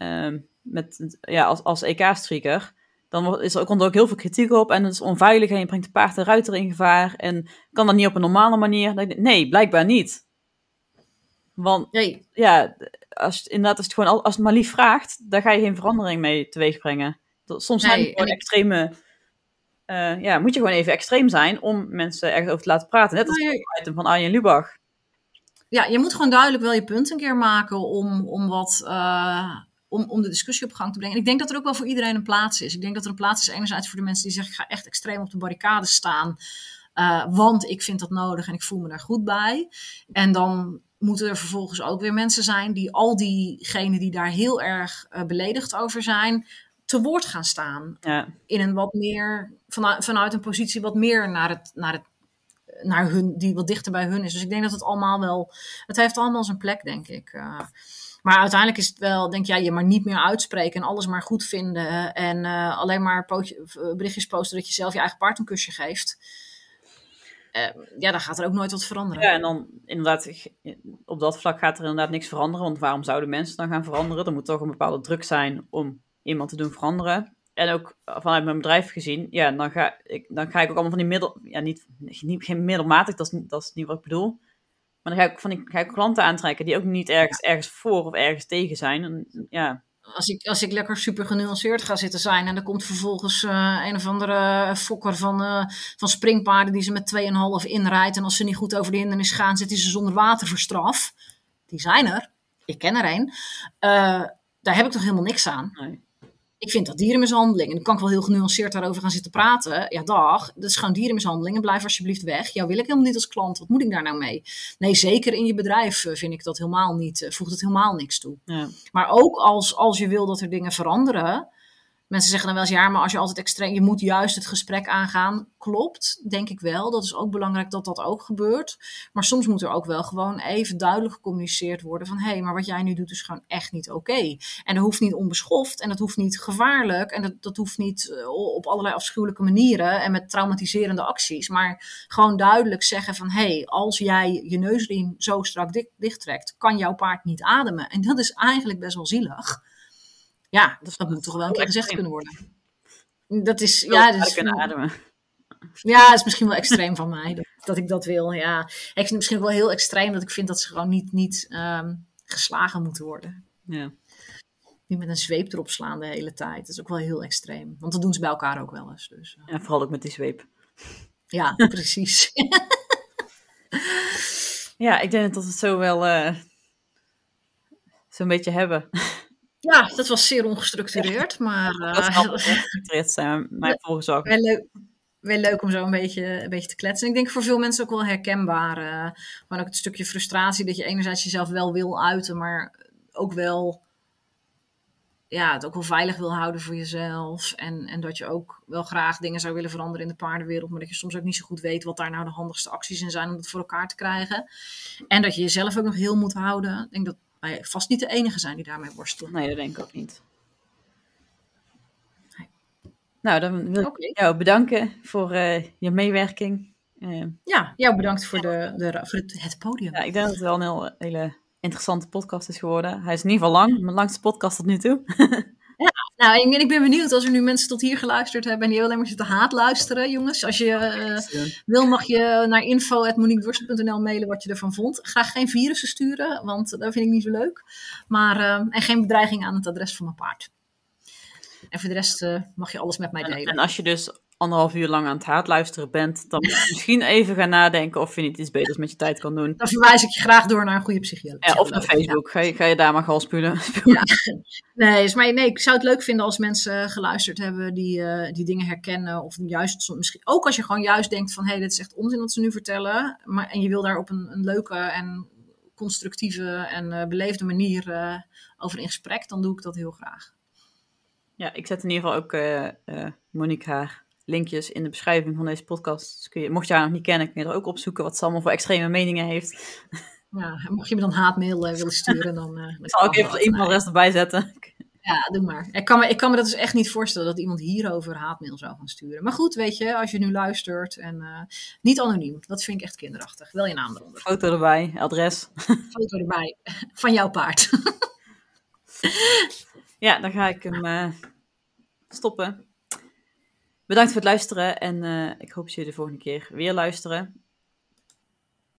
als EK-streaker, dan komt er ook heel veel kritiek op en het is onveilig en je brengt de paard en ruiter in gevaar en kan dat niet op een normale manier? Nee, blijkbaar niet. Want als het maar lief vraagt, dan ga je geen verandering mee teweeg brengen. Soms zijn het gewoon extreme... moet je gewoon even extreem zijn om mensen ergens over te laten praten. Net als het item van Arjen Lubach. Ja, je moet gewoon duidelijk wel je punt een keer maken om wat... Om de discussie op gang te brengen. En ik denk dat er ook wel voor iedereen een plaats is. Ik denk dat er een plaats is enerzijds voor de mensen die zeggen... ik ga echt extreem op de barricade staan... want ik vind dat nodig en ik voel me daar goed bij. En dan moeten er vervolgens ook weer mensen zijn... die al diegenen die daar heel erg beledigd over zijn... te woord gaan staan. Ja. In een wat meer... vanuit een positie wat meer naar hun... die wat dichter bij hun is. Dus ik denk dat het allemaal wel... het heeft allemaal zijn plek, denk ik... Maar uiteindelijk is het wel, denk je maar niet meer uitspreken en alles maar goed vinden. En alleen maar berichtjes posten dat je zelf je eigen paard een kusje geeft. Dan gaat er ook nooit wat veranderen. Ja, en dan inderdaad, op dat vlak gaat er inderdaad niks veranderen. Want waarom zouden mensen dan gaan veranderen? Er moet toch een bepaalde druk zijn om iemand te doen veranderen. En ook vanuit mijn bedrijf gezien, dan ga ik ook allemaal van die geen middelmatig, dat is niet wat ik bedoel. Maar dan ga ik klanten aantrekken die ook niet ergens voor of ergens tegen zijn. En, ja. Als ik lekker super genuanceerd ga zitten zijn en er komt vervolgens een of andere fokker van springpaarden die ze met 2,5 inrijdt. En als ze niet goed over de hindernis gaan, zitten ze zonder water voor straf. Die zijn er. Ik ken er een. Daar heb ik toch helemaal niks aan. Nee. Ik vind dat dierenmishandeling. En dan kan ik wel heel genuanceerd daarover gaan zitten praten. Ja, dag. Dat is gewoon dierenmishandeling. En blijf alsjeblieft weg. Jou wil ik helemaal niet als klant. Wat moet ik daar nou mee? Nee, zeker in je bedrijf vind ik dat helemaal niet. Voegt het helemaal niks toe. Ja. Maar ook als je wil dat er dingen veranderen. Mensen zeggen dan wel eens, maar als je altijd extreem... je moet juist het gesprek aangaan. Klopt, denk ik wel. Dat is ook belangrijk dat dat ook gebeurt. Maar soms moet er ook wel gewoon even duidelijk gecommuniceerd worden van... maar wat jij nu doet is gewoon echt niet oké. En dat hoeft niet onbeschoft en dat hoeft niet gevaarlijk... en dat hoeft niet op allerlei afschuwelijke manieren... en met traumatiserende acties. Maar gewoon duidelijk zeggen van... als jij je neusriem zo strak dichttrekt... kan jouw paard niet ademen. En dat is eigenlijk best wel zielig... Ja, dus dat moet toch wel een keer gezegd kunnen worden. Dat is, kunnen ademen. Ja, dat is misschien wel extreem van mij, dat ik dat wil. Ja. Ik vind het misschien ook wel heel extreem dat ik vind dat ze gewoon niet geslagen moeten worden. Ja. Niet met een zweep erop slaan de hele tijd. Dat is ook wel heel extreem. Want dat doen ze bij elkaar ook wel eens. Dus, Ja, vooral ook met die zweep. Ja, precies. Ja, ik denk dat we het zo wel zo'n beetje hebben. Ja, dat was zeer ongestructureerd, maar... dat zal ongestructureerd zijn, mijn volgezorg. Wel leuk om zo een beetje te kletsen. En ik denk voor veel mensen ook wel herkenbaar. Maar ook het stukje frustratie dat je enerzijds jezelf wel wil uiten, maar ook wel... Ja, het ook wel veilig wil houden voor jezelf. En dat je ook wel graag dingen zou willen veranderen in de paardenwereld, maar dat je soms ook niet zo goed weet wat daar nou de handigste acties in zijn om dat voor elkaar te krijgen. En dat je jezelf ook nog heel moet houden. Ik denk dat wij vast niet de enige zijn die daarmee worstelen. Nee, dat denk ik ook niet. Nee. Nou, dan wil ik jou bedanken voor je meewerking. Ja, jou bedankt voor het podium. Ja, ik denk dat het wel een hele interessante podcast is geworden. Hij is in ieder geval lang, mijn langste podcast tot nu toe. Ja, nou, ik ben benieuwd als er nu mensen tot hier geluisterd hebben en die alleen maar zitten haat luisteren, jongens. Als je wil, mag je naar info@moniquedorst.nl mailen wat je ervan vond. Graag geen virussen sturen, want dat vind ik niet zo leuk. Maar, en geen bedreiging aan het adres van mijn paard. En voor de rest mag je alles met mij delen. En als je dus 1,5 uur lang aan het haat luisteren bent, dan moet je misschien even gaan nadenken of je niet iets beters met je tijd kan doen. Dan verwijs ik je graag door naar een goede psycholoog. Ja, of naar Facebook. Ja. Ga je daar maar galspulen. Ja. Nee, ik zou het leuk vinden als mensen geluisterd hebben die dingen herkennen. Of juist misschien ook als je gewoon juist denkt van dit is echt onzin wat ze nu vertellen. En je wil daar op een leuke en constructieve en beleefde manier over in gesprek, dan doe ik dat heel graag. Ja, ik zet in ieder geval ook Monique haar linkjes in de beschrijving van deze podcast. Dus mocht je haar nog niet kennen, kun je er ook opzoeken wat ze allemaal voor extreme meningen heeft. Ja, en mocht je me dan haatmail willen sturen, dan zal ik even de e-mailadres erbij zetten. Ja, doe maar. Ik kan me dat dus echt niet voorstellen dat iemand hierover haatmail zou gaan sturen. Maar goed, weet je, als je nu luistert en niet anoniem, dat vind ik echt kinderachtig. Wel je naam eronder. Foto erbij, adres. Foto erbij, van jouw paard. Ja, dan ga ik hem stoppen. Bedankt voor het luisteren en ik hoop dat jullie de volgende keer weer luisteren.